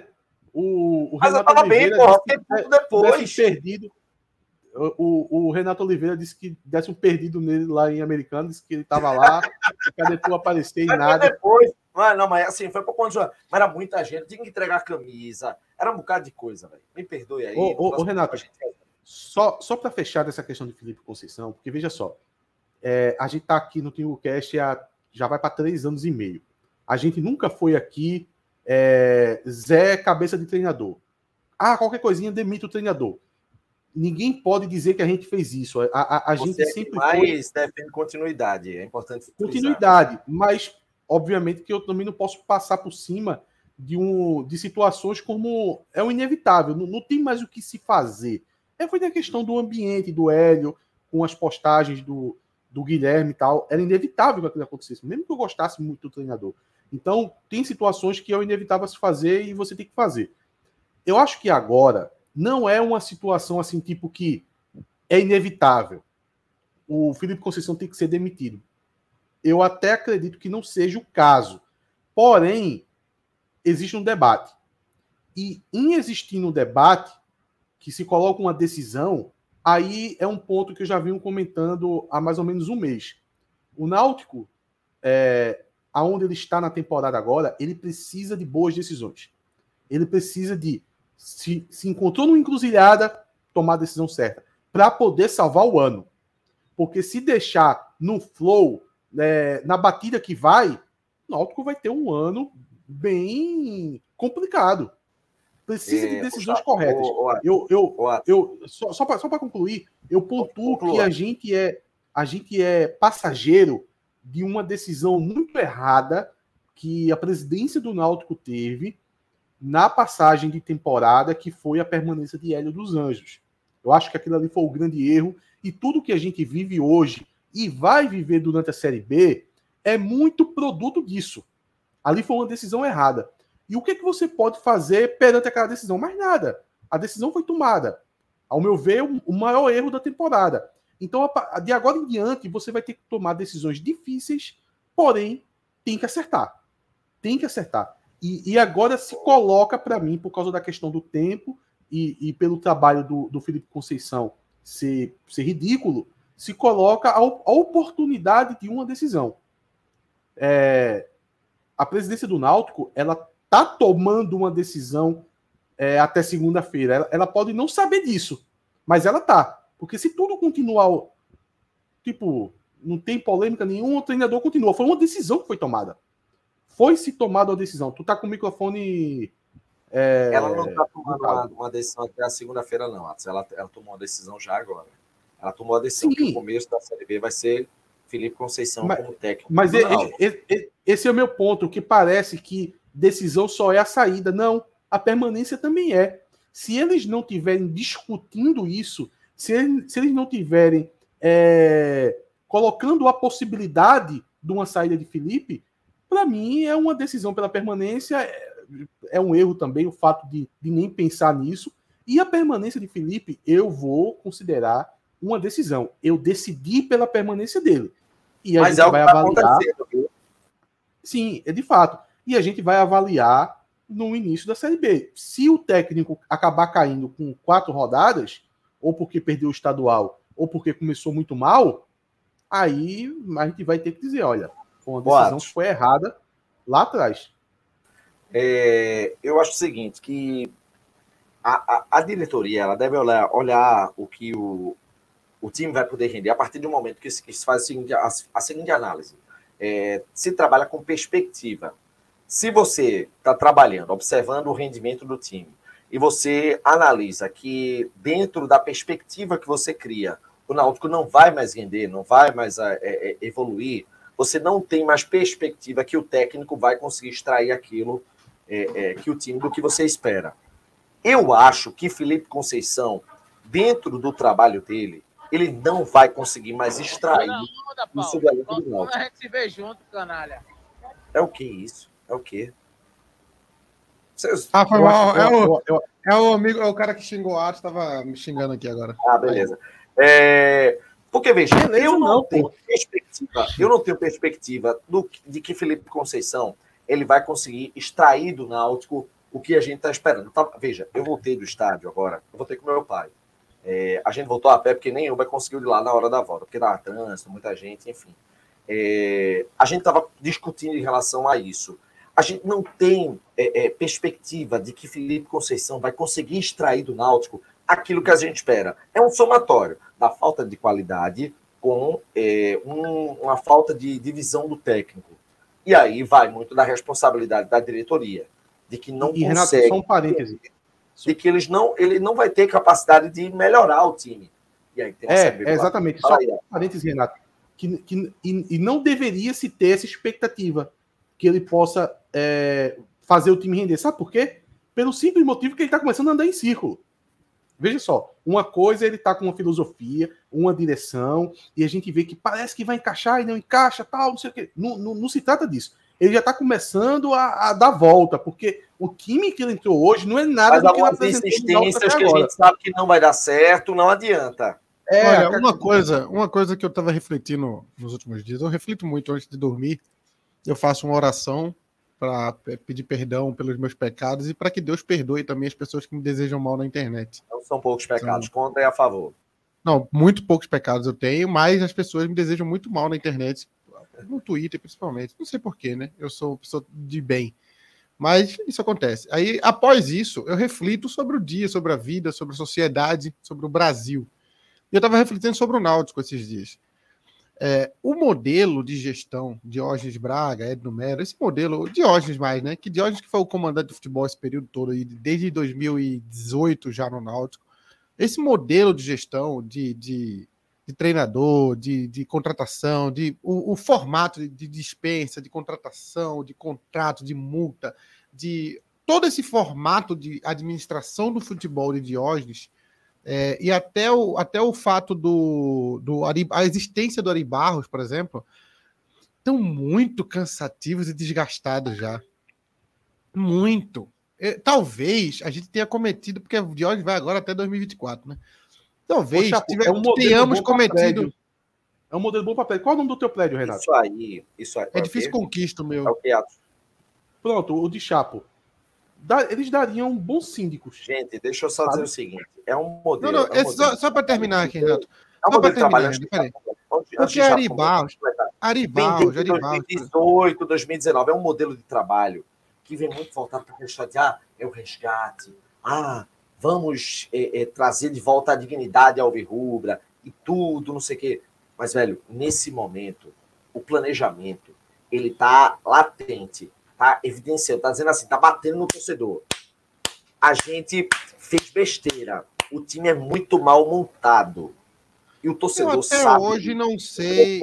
O
Mas eu
Renato
tava bem,
Oliveira
porra,
disse
fiquei
que
puto depois.
desse perdido. O Renato Oliveira disse que desse um perdido nele lá em Americana, disse que ele tava lá, e cadê tu aparecer e
Mas foi
nada.
depois. Mas assim, foi pra quando. Mas era muita gente, tinha que entregar a camisa. Era um bocado de coisa, velho. Me perdoe aí.
Ô, Renato, só para fechar dessa questão de Felipe Conceição, porque veja só, a gente tá aqui no TimbuCast já vai para 3 anos e meio. A gente nunca foi aqui Zé cabeça de treinador. Qualquer coisinha demite o treinador. Ninguém pode dizer que a gente fez isso. A gente sempre
mais defende continuidade. É importante frisar.
Continuidade, mas obviamente que eu também não posso passar por cima de situações como é o inevitável. Não tem mais o que se fazer. Foi na questão do ambiente, do Hélio, com as postagens do Guilherme e tal. Era inevitável que aquilo acontecesse, mesmo que eu gostasse muito do treinador. Então, tem situações que é inevitável se fazer e você tem que fazer. Eu acho que agora não é uma situação assim, tipo, que é inevitável. O Felipe Conceição tem que ser demitido. Eu até acredito que não seja o caso. Porém, existe um debate. E em existindo um debate, que se coloca uma decisão, aí é um ponto que eu já venho comentando há mais ou menos um mês. O Náutico, aonde ele está na temporada agora, ele precisa de boas decisões. Ele precisa de se encontrou numa encruzilhada, tomar a decisão certa, para poder salvar o ano. Porque se deixar no flow, na batida que vai, o Náutico vai ter um ano bem complicado. Precisa de decisões corretas. Só para concluir, eu pontuo que a gente é passageiro de uma decisão muito errada que a presidência do Náutico teve na passagem de temporada, que foi a permanência de Hélio dos Anjos. Eu acho que aquilo ali foi o grande erro, e tudo que a gente vive hoje e vai viver durante a Série B é muito produto disso. Ali foi uma decisão errada. E o que você pode fazer perante aquela decisão? Mais nada. A decisão foi tomada. Ao meu ver, o maior erro da temporada. Então, de agora em diante, você vai ter que tomar decisões difíceis, porém, tem que acertar. Tem que acertar. E agora se coloca para mim, por causa da questão do tempo e pelo trabalho do Felipe Conceição ser ridículo, se coloca a oportunidade de uma decisão. A presidência do Náutico, ela está tomando uma decisão até segunda-feira. Ela pode não saber disso, mas ela tá. Porque se tudo continuar, não tem polêmica nenhuma, o treinador continua. Foi uma decisão que foi tomada. Foi-se tomada a decisão. Tu tá com o microfone...
Ela não está tomando uma decisão até a segunda-feira, não. Ela tomou uma decisão já agora. Ela tomou a decisão que o começo da Série B vai ser Felipe Conceição como técnico.
Mas esse é o meu ponto, que parece que decisão só é a saída. Não, a permanência também é. Se eles não estiverem discutindo isso, se eles não estiverem colocando a possibilidade de uma saída de Felipe, para mim é uma decisão pela permanência, é um erro também o fato de nem pensar nisso. E a permanência de Felipe, eu vou considerar uma decisão. Eu decidi pela permanência dele. E a gente vai avaliar. Sim, é de fato. E a gente vai avaliar no início da Série B. Se o técnico acabar caindo com 4 rodadas, ou porque perdeu o estadual, ou porque começou muito mal, aí a gente vai ter que dizer, olha, foi uma decisão que foi errada lá atrás.
Eu acho o seguinte, que a diretoria ela deve olhar o que o time vai poder render a partir do momento que se faz a seguinte análise. Se trabalha com perspectiva. Se você está trabalhando, observando o rendimento do time, e você analisa que dentro da perspectiva que você cria, o Náutico não vai mais render, não vai mais evoluir, você não tem mais perspectiva que o técnico vai conseguir extrair aquilo que o time do que você espera. Eu acho que Felipe Conceição, dentro do trabalho dele, ele não vai conseguir mais extrair isso do elenco do Náutico.
A gente se vê junto, canalha.
É o que isso? É o quê?
Foi mal. É o amigo, é o cara que xingou o Atos, estava me xingando aqui agora.
Beleza. Porque, veja, eu não tenho perspectiva de que Felipe Conceição ele vai conseguir extrair do Náutico o que a gente está esperando. Veja, eu voltei do estádio agora, eu voltei com meu pai. A gente voltou a pé porque nem Uber conseguiu ir lá na hora da volta, porque dava trânsito, muita gente, enfim. A gente estava discutindo em relação a isso. A gente não tem perspectiva de que Felipe Conceição vai conseguir extrair do Náutico aquilo que a gente espera. É um somatório da falta de qualidade com uma falta de divisão do técnico. E aí vai muito da responsabilidade da diretoria, de que não consegue...
Renato, só um parêntese.
De que ele não vai ter capacidade de melhorar o time. E aí tem
exatamente. Só um parêntese, Renato. E não deveria se ter essa expectativa que ele possa fazer o time render. Sabe por quê? Pelo simples motivo que ele está começando a andar em círculo. Veja só, uma coisa ele está com uma filosofia, uma direção, e a gente vê que parece que vai encaixar e não encaixa, tal, não sei o quê. Não se trata disso. Ele já está começando a dar volta, porque o time que ele entrou hoje não é nada do que ele apresentou
insistências que a gente sabe que não vai dar certo, não adianta.
Olha, uma coisa que eu estava refletindo nos últimos dias, eu reflito muito antes de dormir, eu faço uma oração para pedir perdão pelos meus pecados e para que Deus perdoe também as pessoas que me desejam mal na internet.
Não são poucos pecados, contra e a favor.
Não, muito poucos pecados eu tenho, mas as pessoas me desejam muito mal na internet, no Twitter principalmente. Não sei porquê, né? Eu sou uma pessoa de bem. Mas isso acontece. Aí, após isso, eu reflito sobre o dia, sobre a vida, sobre a sociedade, sobre o Brasil. E eu estava refletindo sobre o Náutico esses dias. O modelo de gestão de Diógenes Braga, Edno Mero, esse modelo, Diógenes mais, né? Que Diógenes que foi o comandante do futebol esse período todo, aí, desde 2018 já no Náutico. Esse modelo de gestão, de treinador, de contratação, o formato de dispensa, de contratação, de contrato, de multa, de todo esse formato de administração do futebol de Diógenes, e até o fato a existência do Ari Barros, por exemplo, estão muito cansativos e desgastados já. Muito. Talvez a gente tenha cometido, porque o Diógenes vai agora até 2024, né? Talvez tenhamos cometido.
É um modelo bom para prédio. Qual é o nome do teu prédio, Renato?
Isso aí.
É difícil conquista o meu.
É o teatro.
Pronto, o de Chapo. Eles dariam bons síndicos.
Gente, deixa eu só dizer o seguinte. É um modelo...
Só para terminar aqui, Renato.
É um modelo trabalhando...
Porque Ari Barros...
2018, 2019. É um modelo de trabalho que vem muito voltado para a questão de é o resgate. Vamos trazer de volta a dignidade ao alvirrubra e tudo, não sei o quê. Mas, velho, nesse momento, o planejamento, ele tá latente, tá evidenciando, tá dizendo assim, tá batendo no torcedor. A gente fez besteira. O time é muito mal montado. E o torcedor sabe.
Até hoje não sei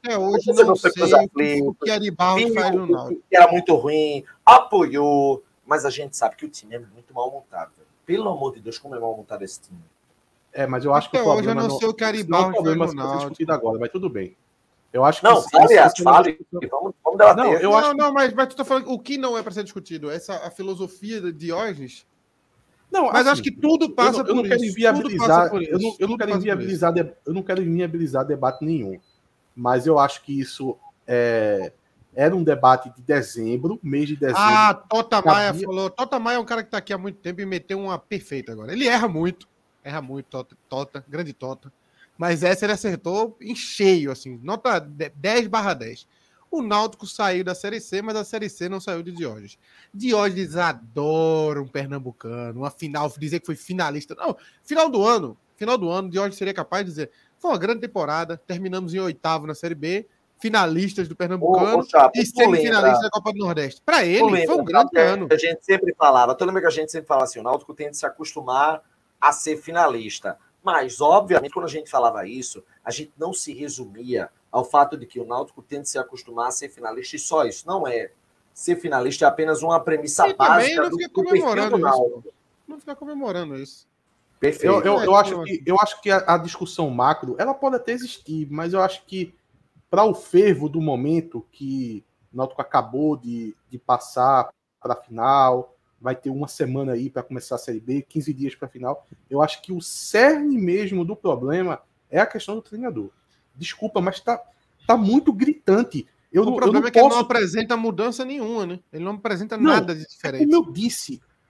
o que Ari Barros faz no Náutico.
Era muito ruim, apoiou, mas a gente sabe que o time é muito mal montado. Velho. Pelo amor de Deus, como é mal montado esse time?
Mas eu acho que
o problema
hoje eu não
sei o que Ari Barros faz no Náutico
agora, mas tudo bem. Eu acho que
fale. Vamos debater.
Mas tu tá falando o que não é para ser discutido? A filosofia de Diógenes?
Não,
mas acho que tudo passa por isso.
Eu não quero inviabilizar debate nenhum. Mas eu acho que isso era um debate de dezembro, mês de dezembro.
Tota Maia falou. Tota Maia é um cara que tá aqui há muito tempo e meteu uma perfeita agora. Ele erra muito, Tota, grande Tota. Mas essa ele acertou em cheio, assim, nota 10/10. O Náutico saiu da Série C, mas a Série C não saiu de Diógenes. Diógenes adora um pernambucano, uma final, dizer que foi finalista. Não, final do ano, Diógenes seria capaz de dizer, foi uma grande temporada, terminamos em 8º na Série B, finalistas do Pernambucano e semifinalistas da Copa do Nordeste. Para ele, foi um grande ano.
A gente sempre falava, tu lembra que a gente sempre falava assim, o Náutico tem de se acostumar a ser finalista. Mas, obviamente, quando a gente falava isso, a gente não se resumia ao fato de que o Náutico tem de se acostumar a ser finalista e só isso. Não é. Ser finalista é apenas uma premissa básica do perfil do Náutico.
Não fica comemorando isso.
Perfeito. Eu acho que a discussão macro, ela pode até existir, mas eu acho que para o fervo do momento que o Náutico acabou de passar para a final, vai ter uma semana aí para começar a Série B, 15 dias para a final. Eu acho que o cerne mesmo do problema é a questão do treinador. Desculpa, mas tá muito gritante.
O problema é que ele não apresenta mudança nenhuma, né? Ele não apresenta nada de diferente.
Como eu disse,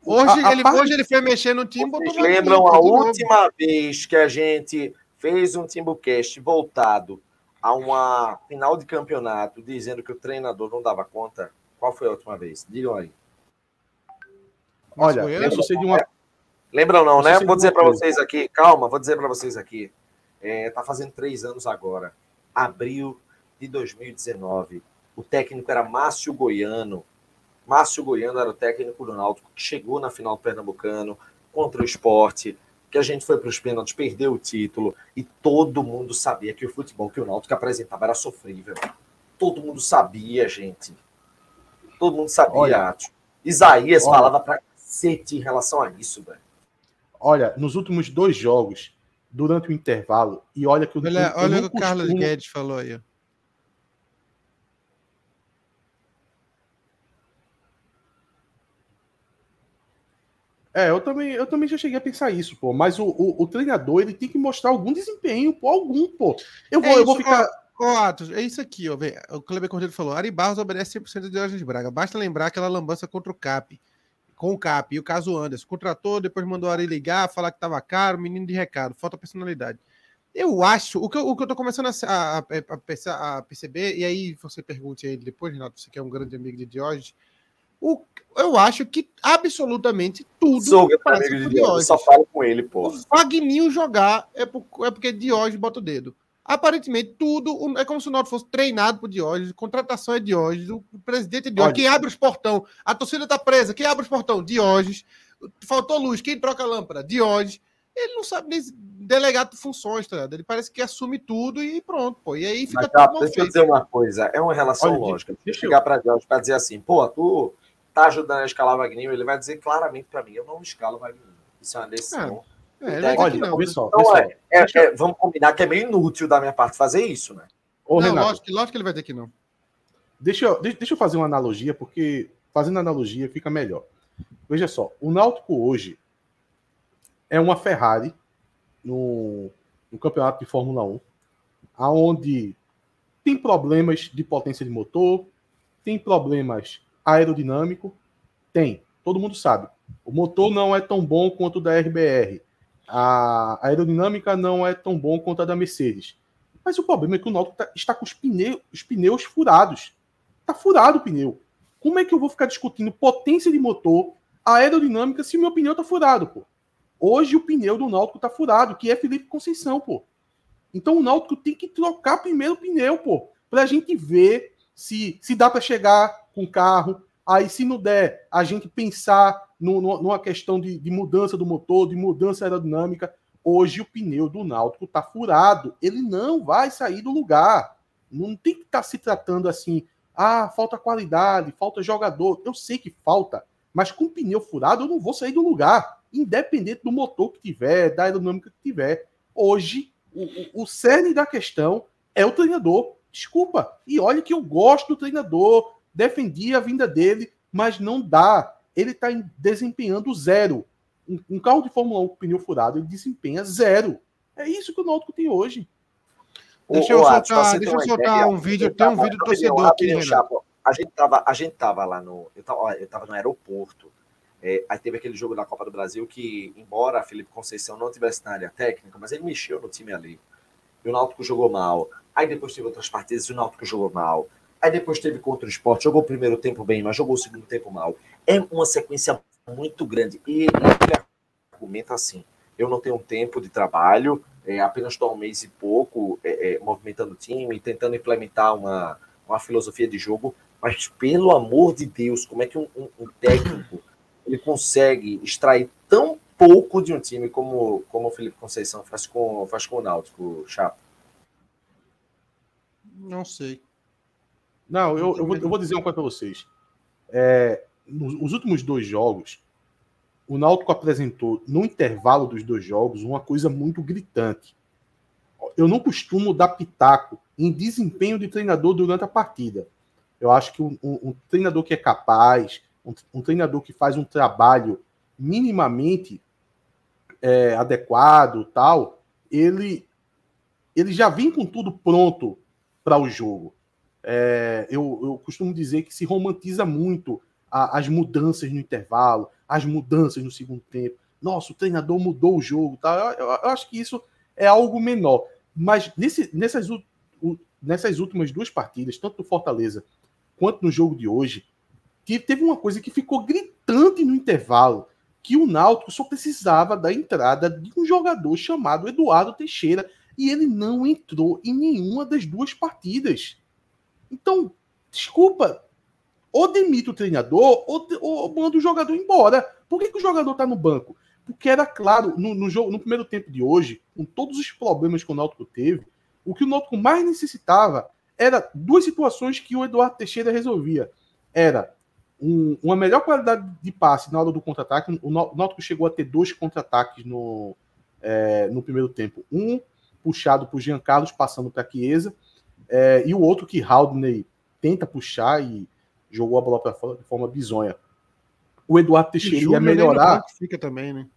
Hoje ele foi mexer no time.
Vocês lembram a última vez que a gente fez um Timbucast voltado a uma final de campeonato, dizendo que o treinador não dava conta? Qual foi a última vez? Digam aí.
Olha, eu só sei de uma...
Lembram não, né? Vou dizer para vocês aqui. Calma, vou dizer para vocês aqui. Tá fazendo 3 anos agora. Abril de 2019. O técnico era Márcio Goiano. Márcio Goiano era o técnico do Náutico, que chegou na final do Pernambucano contra o Sport, que a gente foi para os pênaltis, perdeu o título, e todo mundo sabia que o futebol que o Náutico apresentava era sofrível. Todo mundo sabia, gente. Todo mundo sabia, Atos. Isaías falava pra cacete em relação a isso, velho.
Olha, nos últimos 2 jogos, durante o intervalo, e olha que
olha o que o Carlos Guedes falou aí.
Eu também já cheguei a pensar isso, pô. Mas o treinador, ele tem que mostrar algum desempenho, pô. Eu vou ficar...
Atos, é isso aqui, ó. O Kleber Cordeiro falou, Ari Barros obedece 100% de Diógenes Braga. Basta lembrar aquela lambança contra o CAP. Com o CAP. E o caso Anderson. Contratou, depois mandou o Ari ligar, falar que tava caro, menino de recado. Falta personalidade. Eu acho... O que eu tô começando a perceber, e aí você pergunte a ele depois, Renato, você que é um grande amigo de Diógenes, eu acho que absolutamente tudo.
Sou amigo de Diógenes, só falo com ele, pô.
O Vagninho jogar é porque Diógenes bota o dedo. Aparentemente, tudo é como se o Náutico fosse treinado por Diógenes, contratação é Diógenes, o presidente é Diógenes, quem abre os portão, a torcida tá presa, quem abre os portão? Diógenes. Faltou luz, quem troca a lâmpada? Diógenes. Ele não sabe nem delegar funções, tá ligado? Ele parece que assume tudo e pronto, pô. E aí fica tudo mal feito.
Deixa eu dizer uma coisa, é uma relação lógica. Deixa eu chegar para Diógenes para dizer assim, pô, tu tá ajudando a escalar o Vagninho, ele vai dizer claramente para mim, eu não escalo o Vagninho. Isso é uma decisão. Vamos combinar que é meio inútil da minha parte fazer isso, né?
Lógico que ele vai dizer que não.
Deixa eu fazer uma analogia, porque fazendo analogia fica melhor. Veja só, o Náutico hoje é uma Ferrari no campeonato de Fórmula 1, onde tem problemas de potência de motor, tem problemas aerodinâmicos, todo mundo sabe. O motor não é tão bom quanto o da RBR. A aerodinâmica não é tão bom quanto a da Mercedes. Mas o problema é que o Náutico está com os pneus furados. Está furado o pneu. Como é que eu vou ficar discutindo potência de motor, aerodinâmica, se o meu pneu está furado, pô? Hoje o pneu do Náutico está furado, que é Felipe Conceição, pô. Então o Náutico tem que trocar primeiro o pneu, pô, para a gente ver se dá para chegar com o carro. Aí, se não der, a gente pensar numa questão de mudança do motor, de mudança aerodinâmica. Hoje o pneu do Náutico está furado. Ele não vai sair do lugar. Não tem que estar se tratando assim, falta qualidade, falta jogador. Eu sei que falta, mas com pneu furado eu não vou sair do lugar, independente do motor que tiver, da aerodinâmica que tiver. Hoje, o cerne da questão é o treinador. Desculpa. E olha que eu gosto do treinador, defendi a vinda dele, mas não dá. Ele está desempenhando 0. Um carro de Fórmula 1 com pneu furado, ele desempenha 0. É isso que o Náutico tem hoje.
Deixa eu soltar um vídeo. Tem um vídeo do torcedor aqui, Renato.
A gente tava lá no... Eu tava no aeroporto. Aí teve aquele jogo da Copa do Brasil que, embora Felipe Conceição não tivesse na área técnica, mas ele mexeu no time ali. E o Náutico jogou mal. Aí depois teve outras partidas e o Náutico jogou mal. Aí depois teve contra o Sport, jogou o primeiro tempo bem, mas jogou o segundo tempo mal. É uma sequência muito grande. E ele argumenta assim, eu não tenho tempo de trabalho, apenas estou há 1 mês e pouco movimentando o time, tentando implementar uma filosofia de jogo, mas pelo amor de Deus, como é que um técnico ele consegue extrair tão pouco de um time como o Felipe Conceição faz com o Náutico, Chapo?
Não sei.
Não, eu vou dizer uma coisa para vocês. Nos últimos 2 jogos, o Náutico apresentou, no intervalo dos 2 jogos, uma coisa muito gritante. Eu não costumo dar pitaco em desempenho de treinador durante a partida. Eu acho que um treinador que é capaz, um treinador que faz um trabalho minimamente adequado, tal, ele já vem com tudo pronto para o jogo. Eu costumo dizer que se romantiza muito as mudanças no intervalo, as mudanças no segundo tempo. Nossa, o treinador mudou o jogo. Tá? Eu acho que isso é algo menor. Mas nessas últimas 2 partidas, tanto do Fortaleza quanto no jogo de hoje, teve uma coisa que ficou gritante no intervalo, que o Náutico só precisava da entrada de um jogador chamado Eduardo Teixeira, e ele não entrou em nenhuma das 2 partidas. Então, desculpa, ou demite o treinador, ou manda o jogador embora. Por que o jogador está no banco? Porque era claro, no primeiro tempo de hoje, com todos os problemas que o Náutico teve, o que o Náutico mais necessitava era 2 situações que o Eduardo Teixeira resolvia. Era uma melhor qualidade de passe na hora do contra-ataque. O Náutico chegou a ter 2 contra-ataques no primeiro tempo. Um puxado por Jean Carlos, passando para Chiesa, e o outro que Haldney tenta puxar e jogou a bola para fora de forma bizonha. O Eduardo Teixeira ia melhorar.
Fica também, né?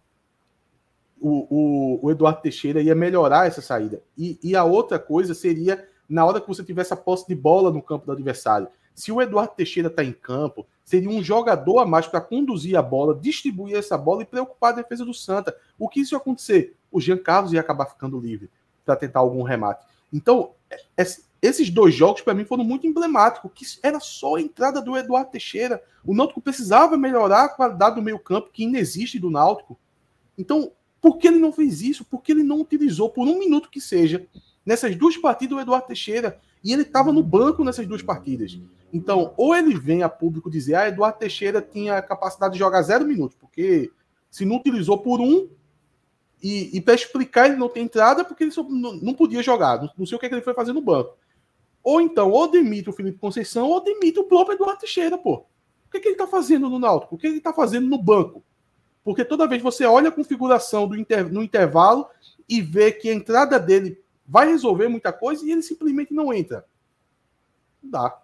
O Eduardo Teixeira ia melhorar essa saída. E a outra coisa seria na hora que você tivesse a posse de bola no campo do adversário. Se o Eduardo Teixeira está em campo, seria um jogador a mais para conduzir a bola, distribuir essa bola e preocupar a defesa do Santa. O que isso ia acontecer? O Jean Carlos ia acabar ficando livre para tentar algum remate. Então, esses 2 jogos, para mim, foram muito emblemáticos, que era só a entrada do Eduardo Teixeira. O Náutico precisava melhorar a qualidade do meio-campo, que inexiste do Náutico. Então, por que ele não fez isso? Por que ele não utilizou, por 1 minuto que seja, nessas 2 partidas, o Eduardo Teixeira? E ele estava no banco nessas 2 partidas. Então, ou ele vem a público dizer Eduardo Teixeira tinha a capacidade de jogar 0 minutos, porque se não utilizou por 1, e para explicar ele não tem entrada, porque ele não podia jogar. Não sei o que ele foi fazer no banco. Ou então, ou demite o Felipe Conceição, ou demite o próprio Eduardo Teixeira, pô. O que ele está fazendo no Náutico? O que ele está fazendo no banco? Porque toda vez você olha a configuração no intervalo e vê que a entrada dele vai resolver muita coisa e ele simplesmente não entra. Não dá.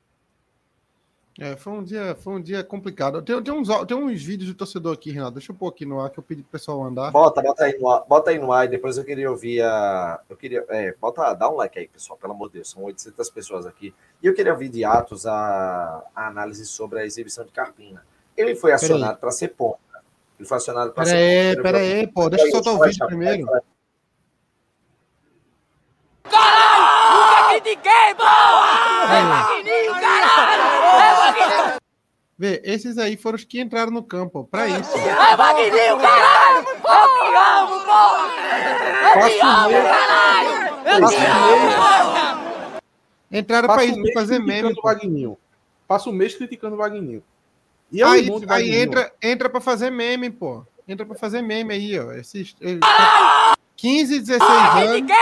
Foi um dia complicado. Tem uns vídeos do torcedor aqui, Renato. Deixa eu pôr aqui no ar que eu pedi pro pessoal andar.
Bota aí no ar e depois eu queria ouvir dá um like aí, pessoal, pelo amor de Deus. São 800 pessoas aqui. E eu queria ouvir de Atos a análise sobre a exibição de Carpina. Ele foi acionado para ser ponta. Ele foi acionado para ser ponta.
Pera aí, pô. Deixa eu soltar o vídeo primeiro.
Caralho! Nunca critiquei, porra! É Magninho, caralho! É Magninho!
Vê, esses aí foram os que entraram no campo, pra isso.
É Magninho, caralho! Eu te amo, porra! Eu te amo, caralho! Eu te amo, porra!
Entraram pra isso, pra fazer meme.
Passa um mês criticando o Wagninho.
E aí entra pra fazer meme, pô. Entra pra fazer meme aí, ó. 15, 16 anos.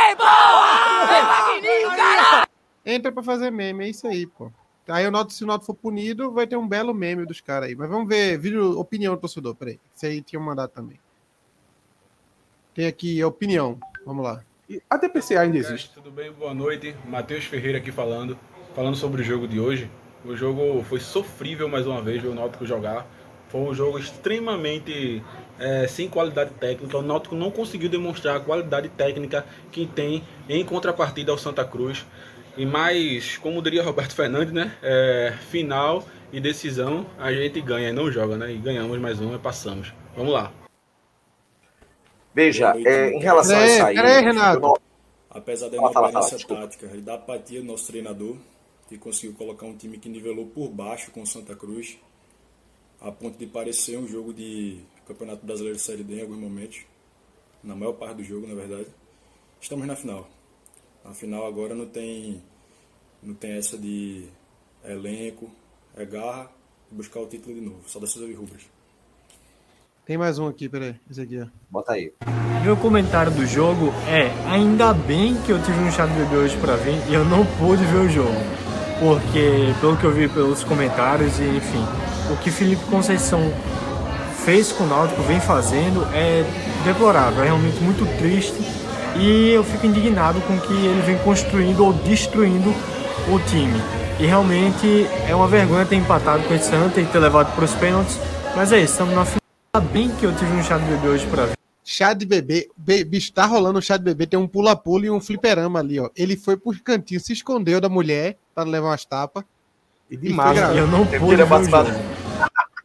Entra pra fazer meme, é isso aí, pô. Aí se o Náutico for punido, vai ter um belo meme dos caras aí. Mas vamos ver, vídeo opinião do torcedor, peraí. Isso aí tinha mandado também. Tem aqui a opinião, vamos lá.
A DPCA ainda existe.
Tudo bem? Boa noite. Matheus Ferreira aqui falando sobre o jogo de hoje. O jogo foi sofrível mais uma vez ver o Náutico jogar. Foi um jogo extremamente sem qualidade técnica. O Náutico não conseguiu demonstrar a qualidade técnica que tem em contrapartida ao Santa Cruz. E mais, como diria Roberto Fernandes, né? Final e decisão a gente ganha e não joga, né? E ganhamos mais uma e passamos. Vamos lá.
Veja, em relação a isso aí...
Peraí, Renato.
Apesar da inoperância tática e da apatia do nosso treinador, que conseguiu colocar um time que nivelou por baixo com o Santa Cruz, a ponto de parecer um jogo de Campeonato Brasileiro Série D em alguns momentos, na maior parte do jogo, na verdade, estamos na final. Na final agora não tem essa de elenco, é garra e buscar o título de novo, só da César e Rubras.
Tem mais um aqui, peraí, esse aqui, ó.
Bota aí.
Meu comentário do jogo ainda bem que eu tive um chá de bebê hoje pra vir e eu não pude ver o jogo, porque pelo que eu vi pelos comentários e enfim, o que Felipe Conceição fez com o Náutico, vem fazendo, é deplorável, é realmente muito triste e eu fico indignado com o que ele vem construindo ou destruindo o time. E realmente é uma vergonha ter empatado com esse Santa e ter levado para os pênaltis, mas é isso, estamos na final. Ainda bem que eu tive um chá de bebê hoje pra ver.
Chá de bebê, bicho, tá rolando um chá de bebê, tem um pula-pula e um fliperama ali, ó. Ele foi pro cantinho, se escondeu da mulher para levar umas tapas.
E de massa,
eu não pude ver o jogo.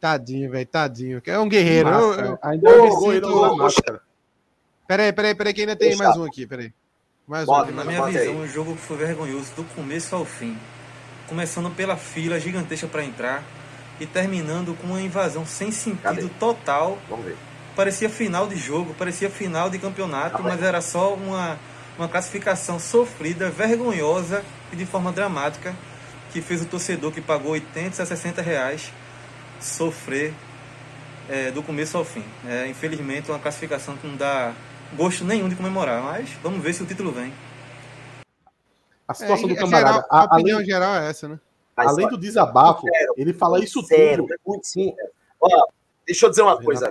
Tadinho, velho, tadinho. É um guerreiro.
Ainda obrigou ele a usar máscara.
Peraí, que ainda tem mais um aqui, peraí. Mais um.
Na minha visão, o jogo foi vergonhoso do começo ao fim. Começando pela fila gigantesca para entrar e terminando com uma invasão sem sentido total.
Vamos ver.
Parecia final de jogo, parecia final de campeonato, mas era só uma classificação sofrida, vergonhosa e de forma dramática, que fez o torcedor que pagou 80 a 60 reais sofrer do começo ao fim. Infelizmente, uma classificação que não dá gosto nenhum de comemorar, mas vamos ver se o título vem.
A situação do camarada...
A opinião geral é essa, né?
Além do desabafo, ele fala isso tudo.
Muito sério. Ó, deixa eu dizer uma coisa.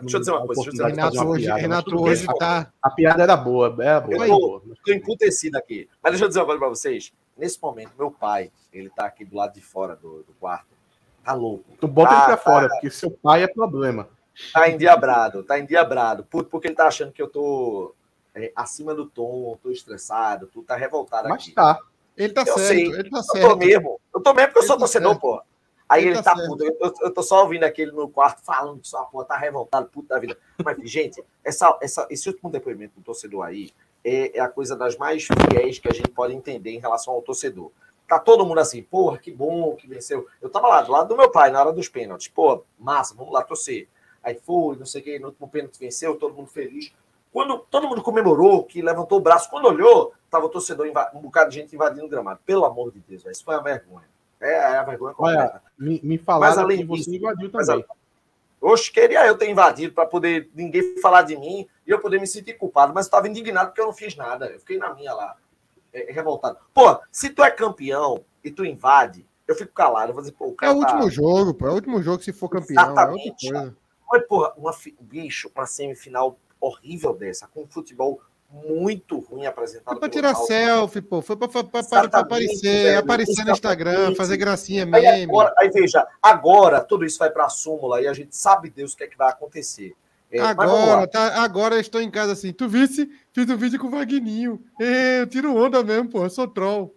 Renato hoje tá...
A piada era boa.
Eu tô emputecido aqui. Mas deixa eu dizer uma coisa pra vocês. Nesse momento, meu pai, ele tá aqui do lado de fora do quarto. Tá louco.
Tu bota ele pra fora, porque seu pai é problema.
Tá endiabrado. Porque ele tá achando que eu tô acima do tom, tô estressado, tu tá revoltado
Mas
aqui.
tá.
Ele tá
Eu
certo,
sei.
ele tá
Eu
certo.
tô mesmo porque eu sou torcedor, pô. Aí ele tá
certo.
puto. Eu tô só ouvindo aquele no quarto falando que só, pô, tá revoltado, puto da vida. Mas, gente, esse último depoimento do torcedor aí é a coisa das mais fiéis que a gente pode entender em relação ao torcedor. Tá todo mundo assim, porra, que bom que venceu. Eu tava lá, do lado do meu pai, na hora dos pênaltis. Pô, massa, vamos lá torcer. Aí foi, não sei o que, no último pênalti venceu, todo mundo feliz. Quando todo mundo comemorou, que levantou o braço, quando olhou, tava o torcedor, um bocado de gente invadindo o gramado. Pelo amor de Deus, isso foi uma vergonha. É a vergonha completa.
Olha, me falaram
além
que você
disso,
invadiu também.
Oxe, queria eu ter invadido para poder ninguém falar de mim e eu poder me sentir culpado, mas eu estava indignado porque eu não fiz nada. Eu fiquei na minha lá, revoltado. Pô, se tu é campeão e tu invade, eu fico calado. Eu vou dizer, pô, o cara
É o último jogo, pô. É o último jogo se for campeão.
Exatamente.
É outra coisa.
Mas, porra, bicho, uma semifinal horrível dessa, com um futebol muito ruim apresentado.
Foi pra tirar selfie, pô. Foi pra
velho,
aparecer no Instagram, fazer gracinha
Aí,
meme.
aí veja, agora tudo isso vai pra súmula e a gente sabe Deus o que é que vai acontecer.
Agora eu estou em casa assim. Tu visse, fiz um vídeo com o Vagninho. Eu tiro onda mesmo, pô. Eu sou troll.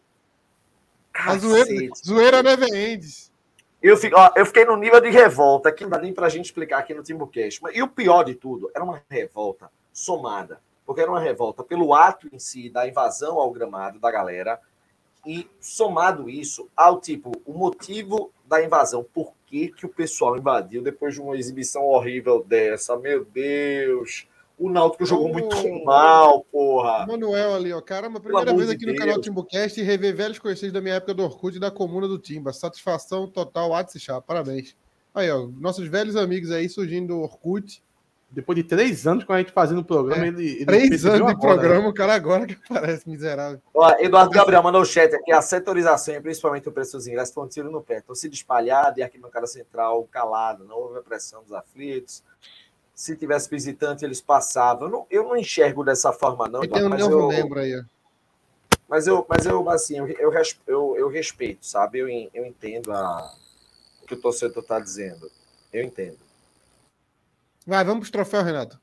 A zoeira never ends.
Eu fiquei no nível de revolta, que não dá nem pra gente explicar aqui no Timbucast. E o pior de tudo, era uma revolta somada. Porque era uma revolta pelo ato em si da invasão ao gramado da galera e somado isso ao o motivo da invasão. Por que o pessoal invadiu depois de uma exibição horrível dessa? Meu Deus! O Náutico jogou muito mal, porra!
Manuel ali, ó. Caramba, primeira vez aqui no canal Timbucast e rever velhos conhecidos da minha época do Orkut e da comuna do Timba. Satisfação total, Chá. Parabéns. Aí, ó, nossos velhos amigos aí surgindo do Orkut.
Depois de 3 anos com a gente fazendo o programa, ele
3 anos de
agora,
programa,
né?
O cara agora que parece miserável.
Ó, Eduardo Gabriel mandou o chat aqui. A setorização e principalmente o preço dos ingressos foi um tiro no pé. Torcida espalhada e aqui no cara central calado. Não houve a pressão dos aflitos. Se tivesse visitante, eles passavam. Eu não enxergo dessa forma, não.
Eu lembro aí, ó.
Mas eu assim, eu respeito, sabe? Eu entendo o que o torcedor está dizendo. Eu entendo.
Vai, vamos para os troféus, Renato.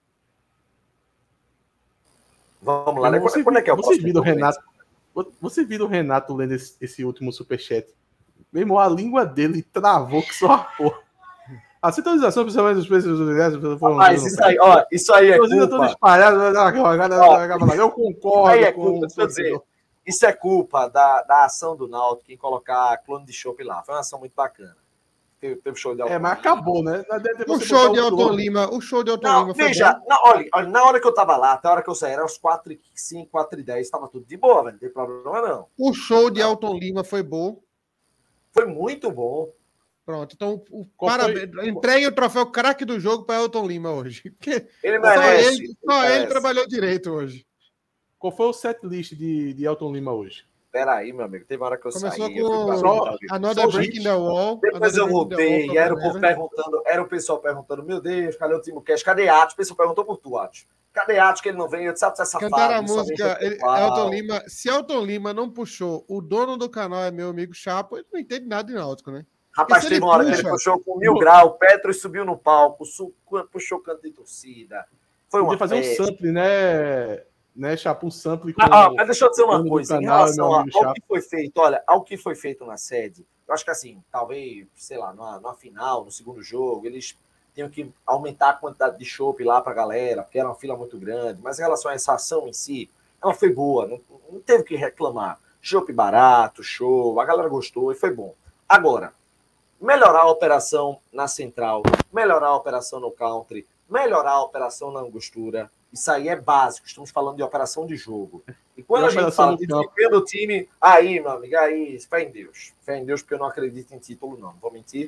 Vamos lá, né? Quando é que é o
Você viu o Renato lendo esse último superchat? Meu irmão, a língua dele travou que só a porra. A centralização, principalmente dos preços dos ingressos...
Mas isso aí é culpa.
Todo espalhado, eu concordo
aí é
com
culpa, o dizer, isso é culpa da ação do Náutico em colocar clone de chopp lá. Foi uma ação muito bacana. Teve show de Elton
Lima. Mas acabou, né?
O show de Elton Lima foi
veja, na hora que eu tava lá, até a hora que eu saí, era uns 4h05, 4h10, estava tudo de boa, velho. Não tem problema, não.
O show de Elton Lima foi bom.
Foi muito bom.
Pronto, então parabéns. Entregue o troféu craque do jogo para Elton Lima hoje.
Ele merece.
Ele trabalhou direito hoje.
Qual foi o setlist de Elton Lima hoje?
Peraí, meu amigo, teve uma hora que eu
saí.
Começou
com Another Break in the Wall.
Depois eu voltei e era o pessoal perguntando, meu Deus, cadê o Timbucast? Cadê Atos? O pessoal perguntou por tu, Atos. Cadê Atos que ele não vem? Eu disse, essa safado.
Cantaram a música, Elton Lima. Se Elton Lima não puxou, o dono do canal é meu amigo Chapo, ele não entende nada de Náutico, né?
Rapaz, teve uma hora que ele puxou com 1000 graus, o Petros subiu no palco, puxou canto de torcida. Foi uma
fazer um sample, né, Chapo? Um sample com...
mas deixa eu dizer uma coisa, em relação ao que foi feito, olha, ao que foi feito na sede, Eu acho que assim, talvez, sei lá, numa final, no segundo jogo, eles tinham que aumentar a quantidade de chopp lá pra galera, porque era uma fila muito grande. Mas em relação a essa ação em si, ela foi boa, não teve o que reclamar. Chopp barato, show, a galera gostou e foi bom. Agora, melhorar a operação na central, melhorar a operação no country, melhorar a operação na angostura, isso aí é básico, estamos falando de operação de jogo. E quando a gente fala de desempenho do time, aí, meu amigo, aí, fé em Deus, porque eu não acredito em título, não vou mentir.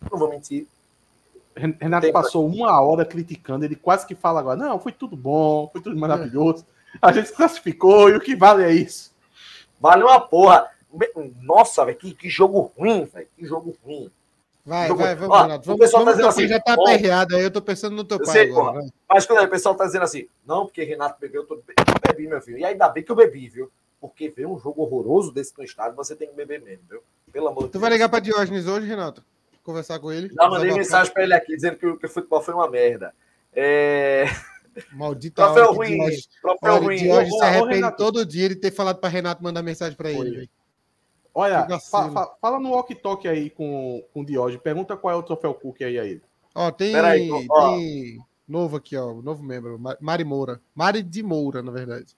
Renato passou 1 hora criticando, ele quase que fala agora, não, foi tudo bom, foi tudo maravilhoso, a gente se classificou e o que vale é isso.
Vale uma porra. Nossa, velho, que jogo ruim, velho, que jogo ruim.
Vai, vamos, Renato. O pessoal tá dizendo assim, já tá aperreado aí, eu tô pensando no teu pai agora.
Porra, mas quando o pessoal tá dizendo assim, não, porque Renato bebeu, eu bebi, meu filho. E ainda bem que eu bebi, viu? Porque ver um jogo horroroso desse no estádio, você tem que beber mesmo, viu? Pelo amor de Deus.
Tu vai ligar pra Diógenes hoje, Renato? Conversar com ele?
Já mandei mensagem pra ele aqui, dizendo que o futebol foi uma merda.
Maldito
troféu ruim.
Diógenes se arrepende todo dia de ter falado pra Renato mandar mensagem pra ele, velho.
Olha, fala no walk-talk aí com o Diógenes. Pergunta qual é o troféu Cook aí a ele.
Ó, tem novo aqui, ó. Novo membro. Mari Moura. Mari de Moura, na verdade.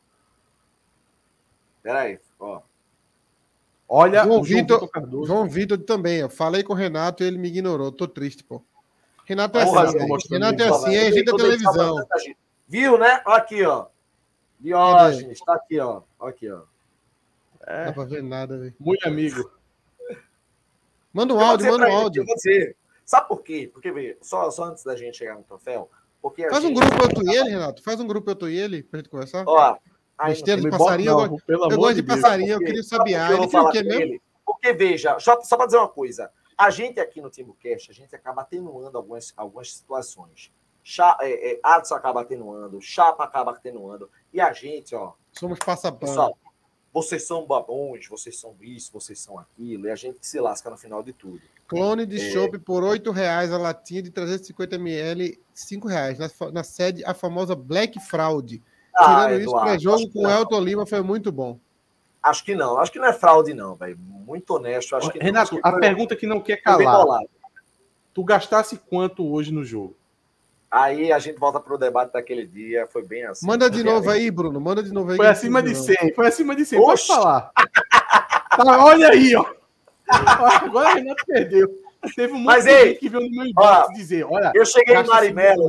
Peraí, ó.
Olha,
João Vitor também, ó. Falei com o Renato e ele me ignorou. Tô triste, pô. Renato é assim. Renato é assim, é gente da televisão.
Viu, né? Aqui, ó. Diógenes, tá aqui, ó. Aqui, ó.
Não dá pra ver nada, velho.
Muito amigo.
Manda um áudio.
Sabe por quê? Porque, vê, só antes da gente chegar no troféu.
Faz um grupo eu tu e ele, Renato. Faz um grupo eu tu e ele pra gente conversar.
Ó,
besteira de passarinho. Eu gosto de passarinho, eu queria saber. Ele tem o quê mesmo?
Porque, veja, só pra dizer uma coisa. A gente aqui no Timbucast, a gente acaba atenuando algumas situações. Adson acaba atenuando, Chapa acaba atenuando. E a gente, ó.
Somos passapano.
Pessoal, vocês são babões, vocês são isso, vocês são aquilo, e a gente se lasca no final de tudo.
Clone de chopp por R$8, a latinha de 350ml, R$5. Na sede, a famosa Black Fraud. Tirando isso, pré-jogo com o Elton Lima foi muito bom.
Acho que não é fraude, não, velho. Muito honesto. Acho que
Renato, a pergunta que não quer calar. Tu gastasse quanto hoje no jogo?
Aí a gente volta pro debate daquele dia, foi bem assim.
Manda de novo aí, Bruno. Manda de novo aí.
Foi acima de 100. Pode falar. Tá, olha aí, ó. Agora o Renato perdeu. Teve um monte de gente que veio no meu inbox dizer, olha...
Eu cheguei em Marimelo,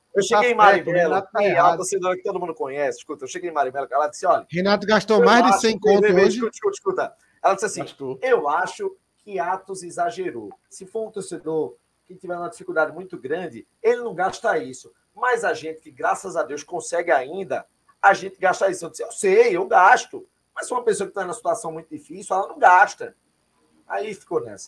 a torcedora que todo mundo conhece. Escuta, eu cheguei em Marimelo, ela disse, olha...
Renato gastou mais de 100 conto hoje.
Escuta. Ela disse assim, eu acho que Atos exagerou. Se for um torcedor que tiver uma dificuldade muito grande, ele não gasta isso. Mas a gente que, graças a Deus, consegue ainda, a gente gasta isso. Eu disse, eu sei, eu gasto. Mas se uma pessoa que está numa situação muito difícil, ela não gasta. Aí ficou nessa.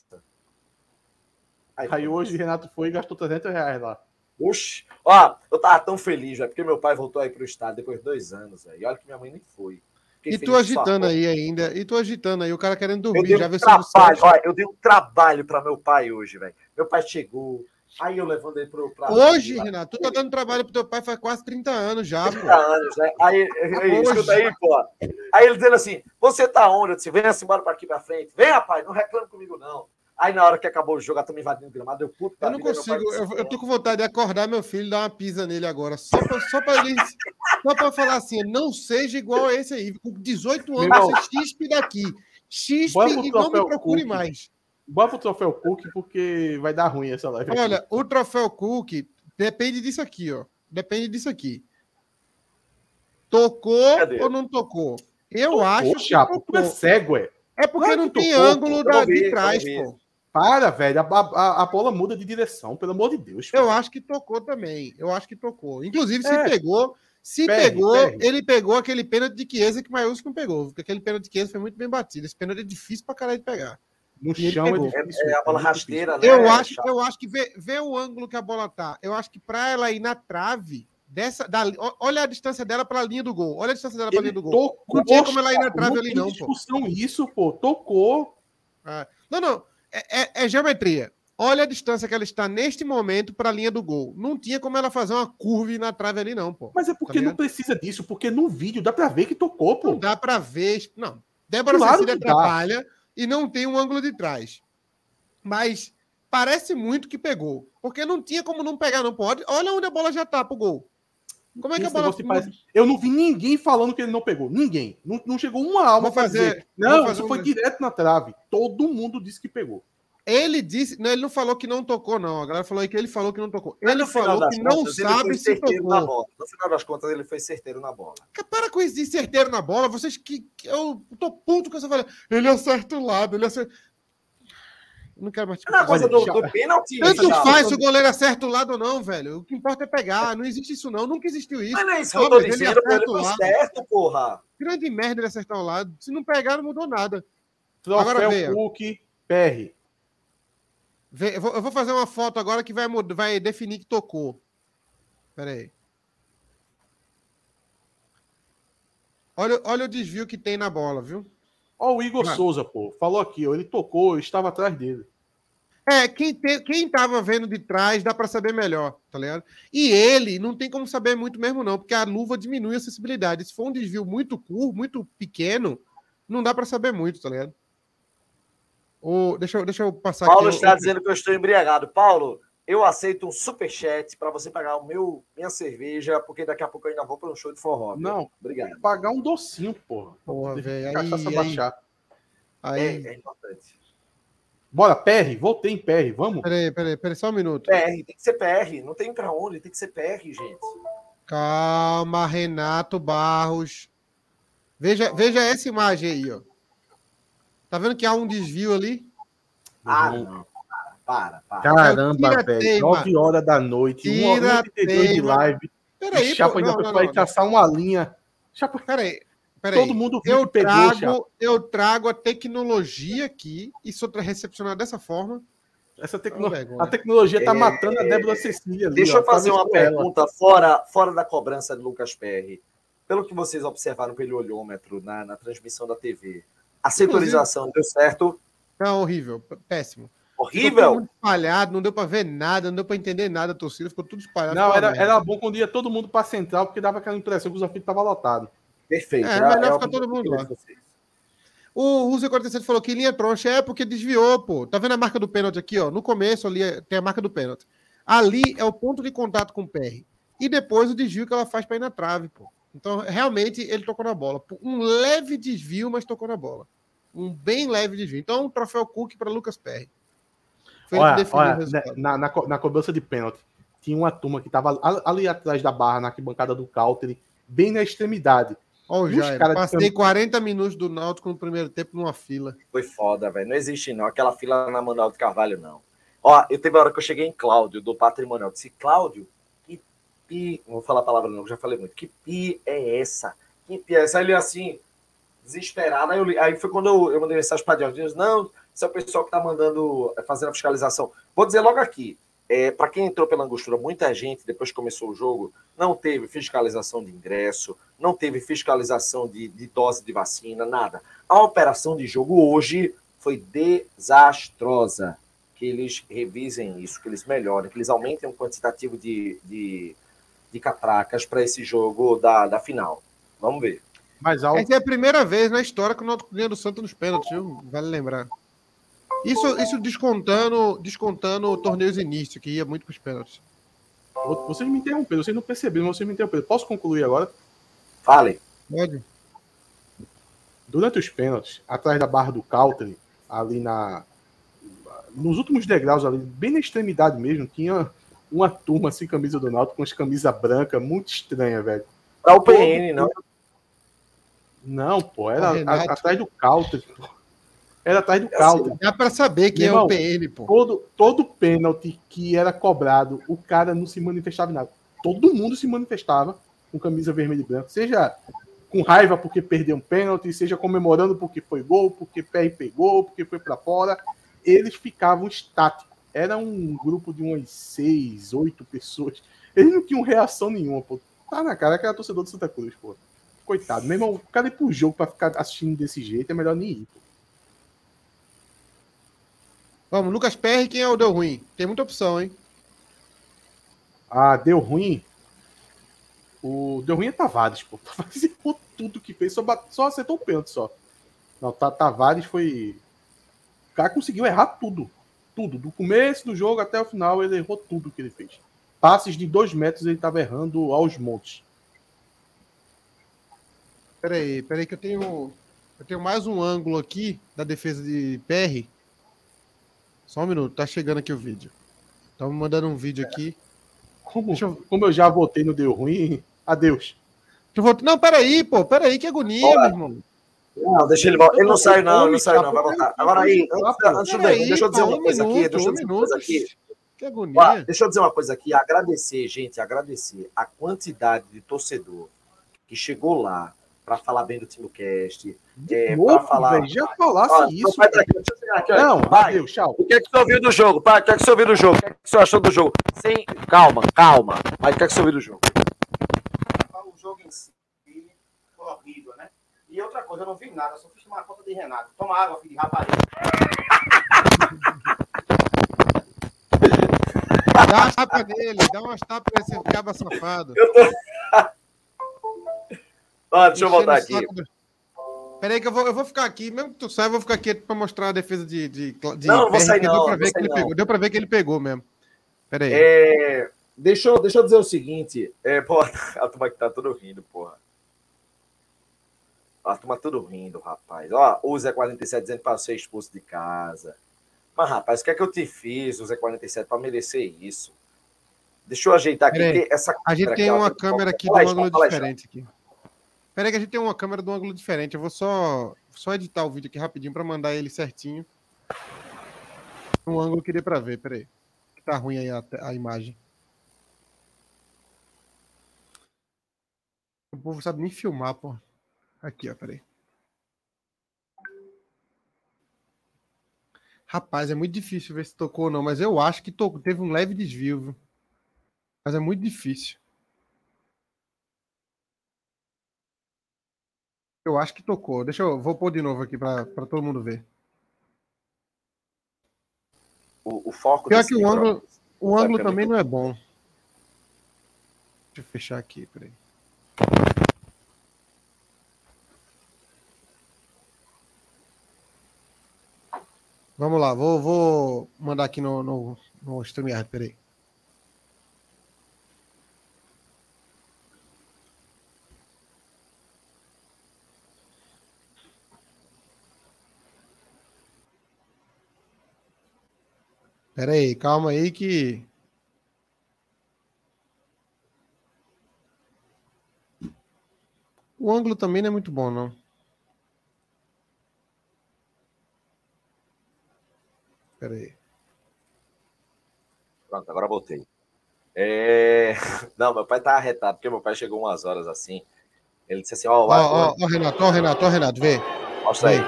Aí hoje o Renato foi e gastou R$300 lá.
Oxi. Ó, eu tava tão feliz, velho, porque meu pai voltou aí pro estado depois de 2 anos, velho. E olha que minha mãe nem foi.
E tu agitando aí ainda. E tu agitando aí, o cara querendo dormir.
Eu dei um trabalho para meu pai hoje, velho. Meu pai chegou, aí eu levando ele pra...
Hoje, Renato, tu tá dando trabalho pro teu pai faz quase 30 anos já,
30 anos, né? Aí, escuta aí, pô. Aí ele dizendo assim, você tá onde? Eu disse, venha-se embora para aqui pra frente. Vem, rapaz, não reclame comigo, não. Aí na hora que acabou o jogo, eu tô me invadindo o gramado, eu puto.
Eu não consigo, eu tô com vontade de acordar meu filho e dar uma pisa nele agora, só pra falar assim, não seja igual a esse aí, com 18 anos, você chispe daqui, chispe e não me procure mais.
Bota o troféu Cook, porque vai dar ruim essa live.
Olha, aqui. O troféu Cook depende disso aqui, ó, depende disso aqui. Tocou ou não tocou? Eu acho que
tocou. Tu é cego,
É porque não tem ângulo de trás, pô.
Para, velho. A bola muda de direção, pelo amor de Deus.
Eu acho que tocou também. Inclusive, se pegou, ele pegou aquele pênalti de Chiesa que o Maiúsco não pegou. Porque aquele pênalti de Chiesa foi muito bem batido. Esse pênalti é difícil pra caralho de pegar.
No chão é difícil.
É a bola rasteira, né?
Eu acho que vê o ângulo que a bola tá. Eu acho que pra ela ir na trave, olha a distância dela pra linha do gol. Olha a distância dela pra linha do gol. Não tinha como ela ir na trave ali, não, pô.
Isso, pô. Tocou.
Não. É geometria. Olha a distância que ela está neste momento para a linha do gol. Não tinha como ela fazer uma curva na trave ali, não, pô.
Mas é porque não precisa disso, porque no vídeo dá para ver que tocou, pô.
Não dá para ver. Não. Débora Cecília atrapalha. e não tem um ângulo de trás. Mas parece muito que pegou. Porque não tinha como não pegar, não pode. Olha onde a bola já tá pro gol. Como é que a bola...
Eu não vi ninguém falando que ele não pegou. Ninguém. Não chegou uma alma para dizer. Não, isso foi direto na trave. Todo mundo disse que pegou.
Ele disse... Não, ele não falou que não tocou, não. A galera falou que ele falou que não tocou. Ele falou que não sabe se tocou.
No final das contas, ele foi certeiro na bola.
Para com isso de certeiro na bola. Vocês que... Eu tô puto com essa falha. Ele acerta o lado, ele acerta... Não quero mais.
Não é coisa do pênalti.
Tanto faz se o goleiro acerta o lado ou não, velho. O que importa é pegar. Não existe isso, não. Nunca existiu isso.
Mas não é isso que eu tô dizendo. Ele foi certo, porra.
Grande merda ele acertar o lado. Se não pegar, não mudou nada.
Troféu Cook, PR.
Eu vou fazer uma foto agora que vai definir que tocou. Pera aí. Olha o desvio que tem na bola, viu?
Ó, o Igor Souza, pô. Falou aqui, ó. Ele tocou, eu estava atrás dele.
Quem tava vendo de trás dá para saber melhor, tá ligado? E ele não tem como saber muito mesmo, não, porque a luva diminui a sensibilidade. Se for um desvio muito curto, muito pequeno, não dá para saber muito, tá ligado? Deixa eu passar
Paulo aqui. Paulo está dizendo que eu estou embriagado. Paulo, eu aceito um superchat para você pagar minha cerveja, porque daqui a pouco eu ainda vou para um show de forró.
Não,
obrigado.
Pagar um docinho, porra.
Porra, velho.
Aí é importante.
Bora, PR, voltei em PR, vamos?
Peraí, só um minuto.
PR, tem que ser PR, não tem pra onde, tem que ser PR, gente.
Calma, Renato Barros. Veja essa imagem aí, ó. Tá vendo que há um desvio ali?
Não. Para.
Caramba, velho. 9 horas da noite, 1h32 de live.
Peraí,
Chapa ainda vai traçar uma linha. Chapa...
Peraí.
Todo mundo viu
eu trago a tecnologia aqui e sou recepcionado dessa forma.
A tecnologia está matando a Débora Cecília ali.
Deixa eu fazer uma pergunta fora da cobrança de Lucas PR. Pelo que vocês observaram pelo olhômetro na transmissão da TV, a sintonização deu certo?
Não, horrível. Péssimo.
Horrível?
Ficou tudo espalhado, não deu para ver nada, não deu para entender nada a torcida, ficou tudo espalhado.
Não, era bom quando ia todo mundo para a central, porque dava aquela impressão que os aflitos estavam lotados.
Perfeito.
Melhor ficar todo mundo lá. O Rússia 47 falou que linha troncha porque desviou, pô. Tá vendo a marca do pênalti aqui, ó? No começo ali tem a marca do pênalti. Ali é o ponto de contato com o PR. E depois o desvio que ela faz para ir na trave, pô. Então, realmente, ele tocou na bola. Um leve desvio, mas tocou na bola. Um bem leve desvio. Então, um troféu Cook para Lucas PR. Foi ele que definiu o resultado.
Na cobrança de pênalti, tinha uma turma que tava ali atrás da barra, na arquibancada do Cautery, bem na extremidade.
Ó, passei 40 minutos do Náutico no primeiro tempo numa fila.
Foi foda, velho. Não existe, não. Aquela fila na Manuel de Carvalho, não. Ó, eu teve uma hora que eu cheguei em Cláudio, do Patrimonial. Eu disse, Cláudio, que pi... Não vou falar a palavra não, já falei muito. Que pi é essa? Que pi é essa? Aí ele assim, desesperado. Aí foi quando eu mandei mensagem para Deus. Disse, não, esse é o pessoal que tá mandando, fazendo a fiscalização. Vou dizer logo aqui. Para quem entrou pela Angostura, muita gente, depois que começou o jogo, não teve fiscalização de ingresso, não teve fiscalização de dose de vacina, nada. A operação de jogo hoje foi desastrosa. Que eles revisem isso, que eles melhorem, que eles aumentem o quantitativo de catracas para esse jogo da final. Vamos ver.
Essa é a primeira vez na história que o Náutico ganha do Santos nos pênaltis, viu? Vale lembrar. Isso descontando torneios início, que ia muito para os pênaltis.
Vocês me interromperam, vocês não perceberam, vocês me interromperam. Posso concluir agora?
Fale.
Pode.
Durante os pênaltis, atrás da barra do Cautery, ali nos últimos degraus ali, bem na extremidade mesmo, tinha uma turma assim, camisa do Náutico, com as camisas brancas, muito estranha, velho.
Para o PN, não?
Não, pô, era atrás do Cautery, pô. Era atrás do Cautery.
Dá pra saber quem é o PN, pô.
Todo pênalti que era cobrado, o cara não se manifestava em nada. Todo mundo se manifestava com camisa vermelha e branca. Seja com raiva porque perdeu um pênalti, seja comemorando porque foi gol, porque PR pegou, porque foi pra fora. Eles ficavam estáticos. Era um grupo de umas 6, 8 pessoas. Eles não tinham reação nenhuma, pô. Tá na cara que era torcedor do Santa Cruz, pô. Coitado. Meu irmão, o cara ir pro jogo pra ficar assistindo desse jeito é melhor nem ir, pô.
Vamos, Lucas PR, quem é o deu ruim? Tem muita opção, hein?
Deu ruim. O deu ruim é Tavares, pô. Tavares errou tudo que fez, só acertou o pênalti só. Não, Tavares foi cara conseguiu errar tudo. Tudo. Do começo do jogo até o final, ele errou tudo que ele fez. Passes de 2 metros ele estava errando aos montes.
Peraí que eu tenho mais um ângulo aqui da defesa de PR. Só um minuto, tá chegando aqui o vídeo. Estão me mandando um vídeo aqui.
Como eu já votei no Deu Ruim, adeus.
Não, peraí, que agonia, meu irmão.
Não, deixa ele voltar. Ele não sai, não, vai voltar. Agora aí, antes deixa eu dizer uma coisa aqui.
Que agonia.
Deixa eu dizer uma coisa aqui. Agradecer a quantidade de torcedor que chegou lá para falar bem do TimbuCast. Para falar.
Já falasse isso.
Não, vai. Tchau. O que é que você ouviu do jogo? Pai, o que é que você ouviu do jogo? O que é que você achou do jogo? Calma. Mas o que é que você ouviu do jogo? O jogo em si foi horrível, né? E outra coisa, eu não vi nada, eu só fiz tomar conta de Renato. Toma água, filho de rapariga.
Dá umas tapas nele, dá umas tapas nesse caba safado.
Deixa eu voltar aqui.
Peraí que eu vou ficar aqui, mesmo que tu saia, eu vou ficar aqui pra mostrar a defesa de
não, não vou sair não.
Deu pra ver que ele pegou mesmo. Peraí.
Deixa eu dizer o seguinte. A turma que tá tudo rindo, porra. A turma tudo rindo, rapaz. Ó, o Zé 47 dizendo para ser expulso de casa. Mas, rapaz, o que é que eu te fiz, o Zé 47, para merecer isso? Deixa eu ajeitar aqui.
A gente tem uma câmera aqui de um ângulo diferente aqui. Peraí que a gente tem uma câmera de um ângulo diferente. Eu vou só editar o vídeo aqui rapidinho para mandar ele certinho. Um ângulo que dê para ver, peraí. Que tá ruim aí a imagem. O povo sabe nem filmar, pô. Aqui, ó, peraí. Rapaz, é muito difícil ver se tocou ou não, mas eu acho que teve um leve desvio, viu? Mas é muito difícil. Eu acho que tocou. Vou pôr de novo aqui para todo mundo ver.
O foco
pior que o ângulo também não é bom. Deixa eu fechar aqui, peraí. Vamos lá, vou mandar aqui no StreamYard, peraí. Peraí, calma aí que... O ângulo também não é muito bom, não. Peraí.
Pronto, agora voltei. Não, meu pai tá arretado, porque meu pai chegou umas horas assim. Ele disse assim,
ó, Renato, vê.
Mostra aí.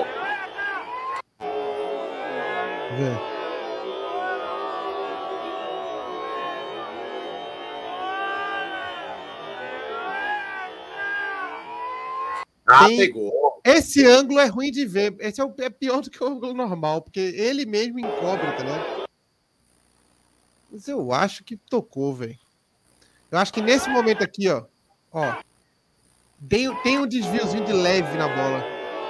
Vê.
Pegou.
Esse ângulo é ruim de ver. Esse é pior do que o ângulo normal, porque ele mesmo encobre, tá ligado? Mas eu acho que tocou, velho. Eu acho que nesse momento aqui, ó, tem um desviozinho de leve na bola.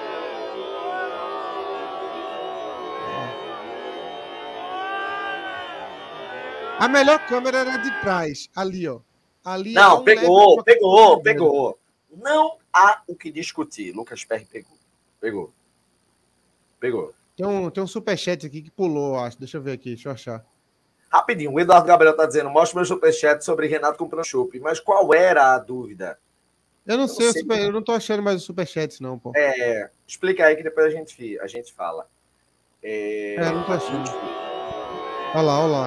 A melhor câmera era de trás, ali, ó. Ali
não, pegou. Não há o que discutir. Lucas Perry pegou.
Tem um superchat aqui que pulou, acho. Deixa eu ver aqui, deixa eu achar.
Rapidinho, o Eduardo Gabriel tá dizendo, mostra meu superchat sobre Renato comprando chopp. Mas qual era a dúvida?
Eu não sei, eu não tô achando mais o superchat, não, pô.
Explica aí que depois a gente fala.
Não tô achando. Olha lá.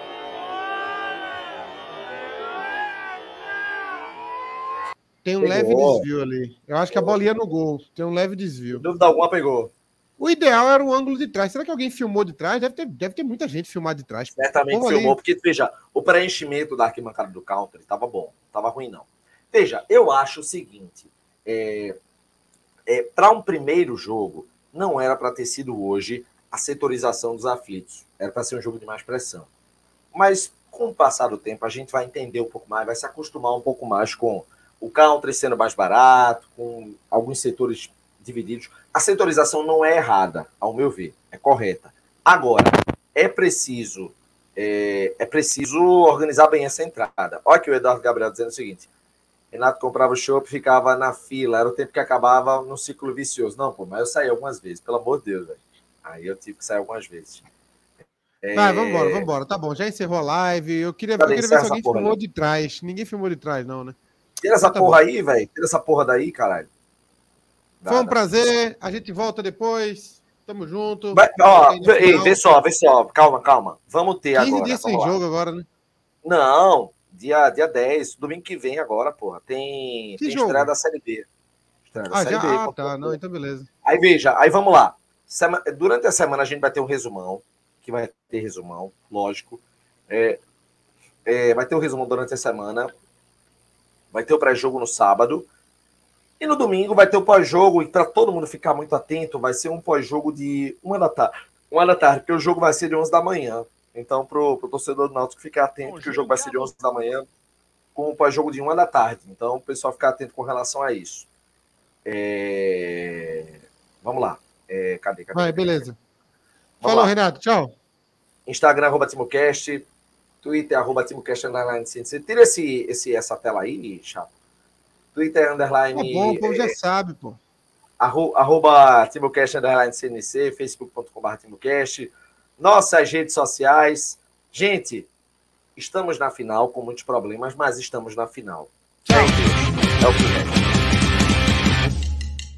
Tem um leve desvio ali. Eu acho que a bola ia no gol. Tem um leve desvio.
Sem dúvida alguma pegou.
O ideal era o ângulo de trás. Será que alguém filmou de trás? Deve ter muita gente filmado de trás.
Certamente filmou, porque, veja, o preenchimento da arquibancada do Counter estava bom. Estava ruim, não. Veja, eu acho o seguinte. Para um primeiro jogo, não era para ter sido hoje a setorização dos aflitos. Era para ser um jogo de mais pressão. Mas, com o passar do tempo, a gente vai entender um pouco mais, vai se acostumar um pouco mais com o Counter sendo mais barato, com alguns setores divididos. A setorização não é errada, ao meu ver, é correta. Agora, é preciso organizar bem essa entrada. Olha aqui o Eduardo Gabriel dizendo o seguinte: Renato comprava o chopp, ficava na fila, era o tempo que acabava no ciclo vicioso. Não, pô, mas eu saí algumas vezes, pelo amor de Deus, velho. Aí eu tive que sair algumas vezes.
Vai, vambora. Tá bom, já encerrou a live. Eu queria ver se alguém filmou de trás. Ninguém filmou de trás, não, né?
Tira essa porra aí, velho. Tira essa porra daí, caralho.
Foi um prazer. A gente volta depois. Tamo junto.
Vê só. Calma. Vamos ter
15
agora.
dias sem jogo agora, né?
Não, dia 10, domingo que vem agora, porra. Tem estreia da Série B.
Tá. Não, então beleza.
Aí veja, aí vamos lá. Durante a semana a gente vai ter um resumão, que vai ter resumão, lógico. Vai ter um resumão durante a semana. Vai ter o pré-jogo no sábado. E no domingo vai ter o pós-jogo. E para todo mundo ficar muito atento, vai ser um pós-jogo de 1 da tarde, porque o jogo vai ser de 11 da manhã. Então, pro torcedor do Náutico ficar atento, que o jogo vai ser de 11 da manhã, com o pós-jogo de 1 da tarde. Então, o pessoal ficar atento com relação a isso. Vamos lá. Cadê?
Vai, beleza. Falou, Renato. Tchau.
Instagram, @TimoCast. Twitter, @TimoCast_CNC. Tira essa tela aí, chato. Twitter, _.
Tá bom, o povo já sabe, pô.
@TimoCast_CNC. Facebook.com/TimoCast. Nossas redes sociais. Gente, estamos na final com muitos problemas, mas estamos na final. Tchau. É o que é.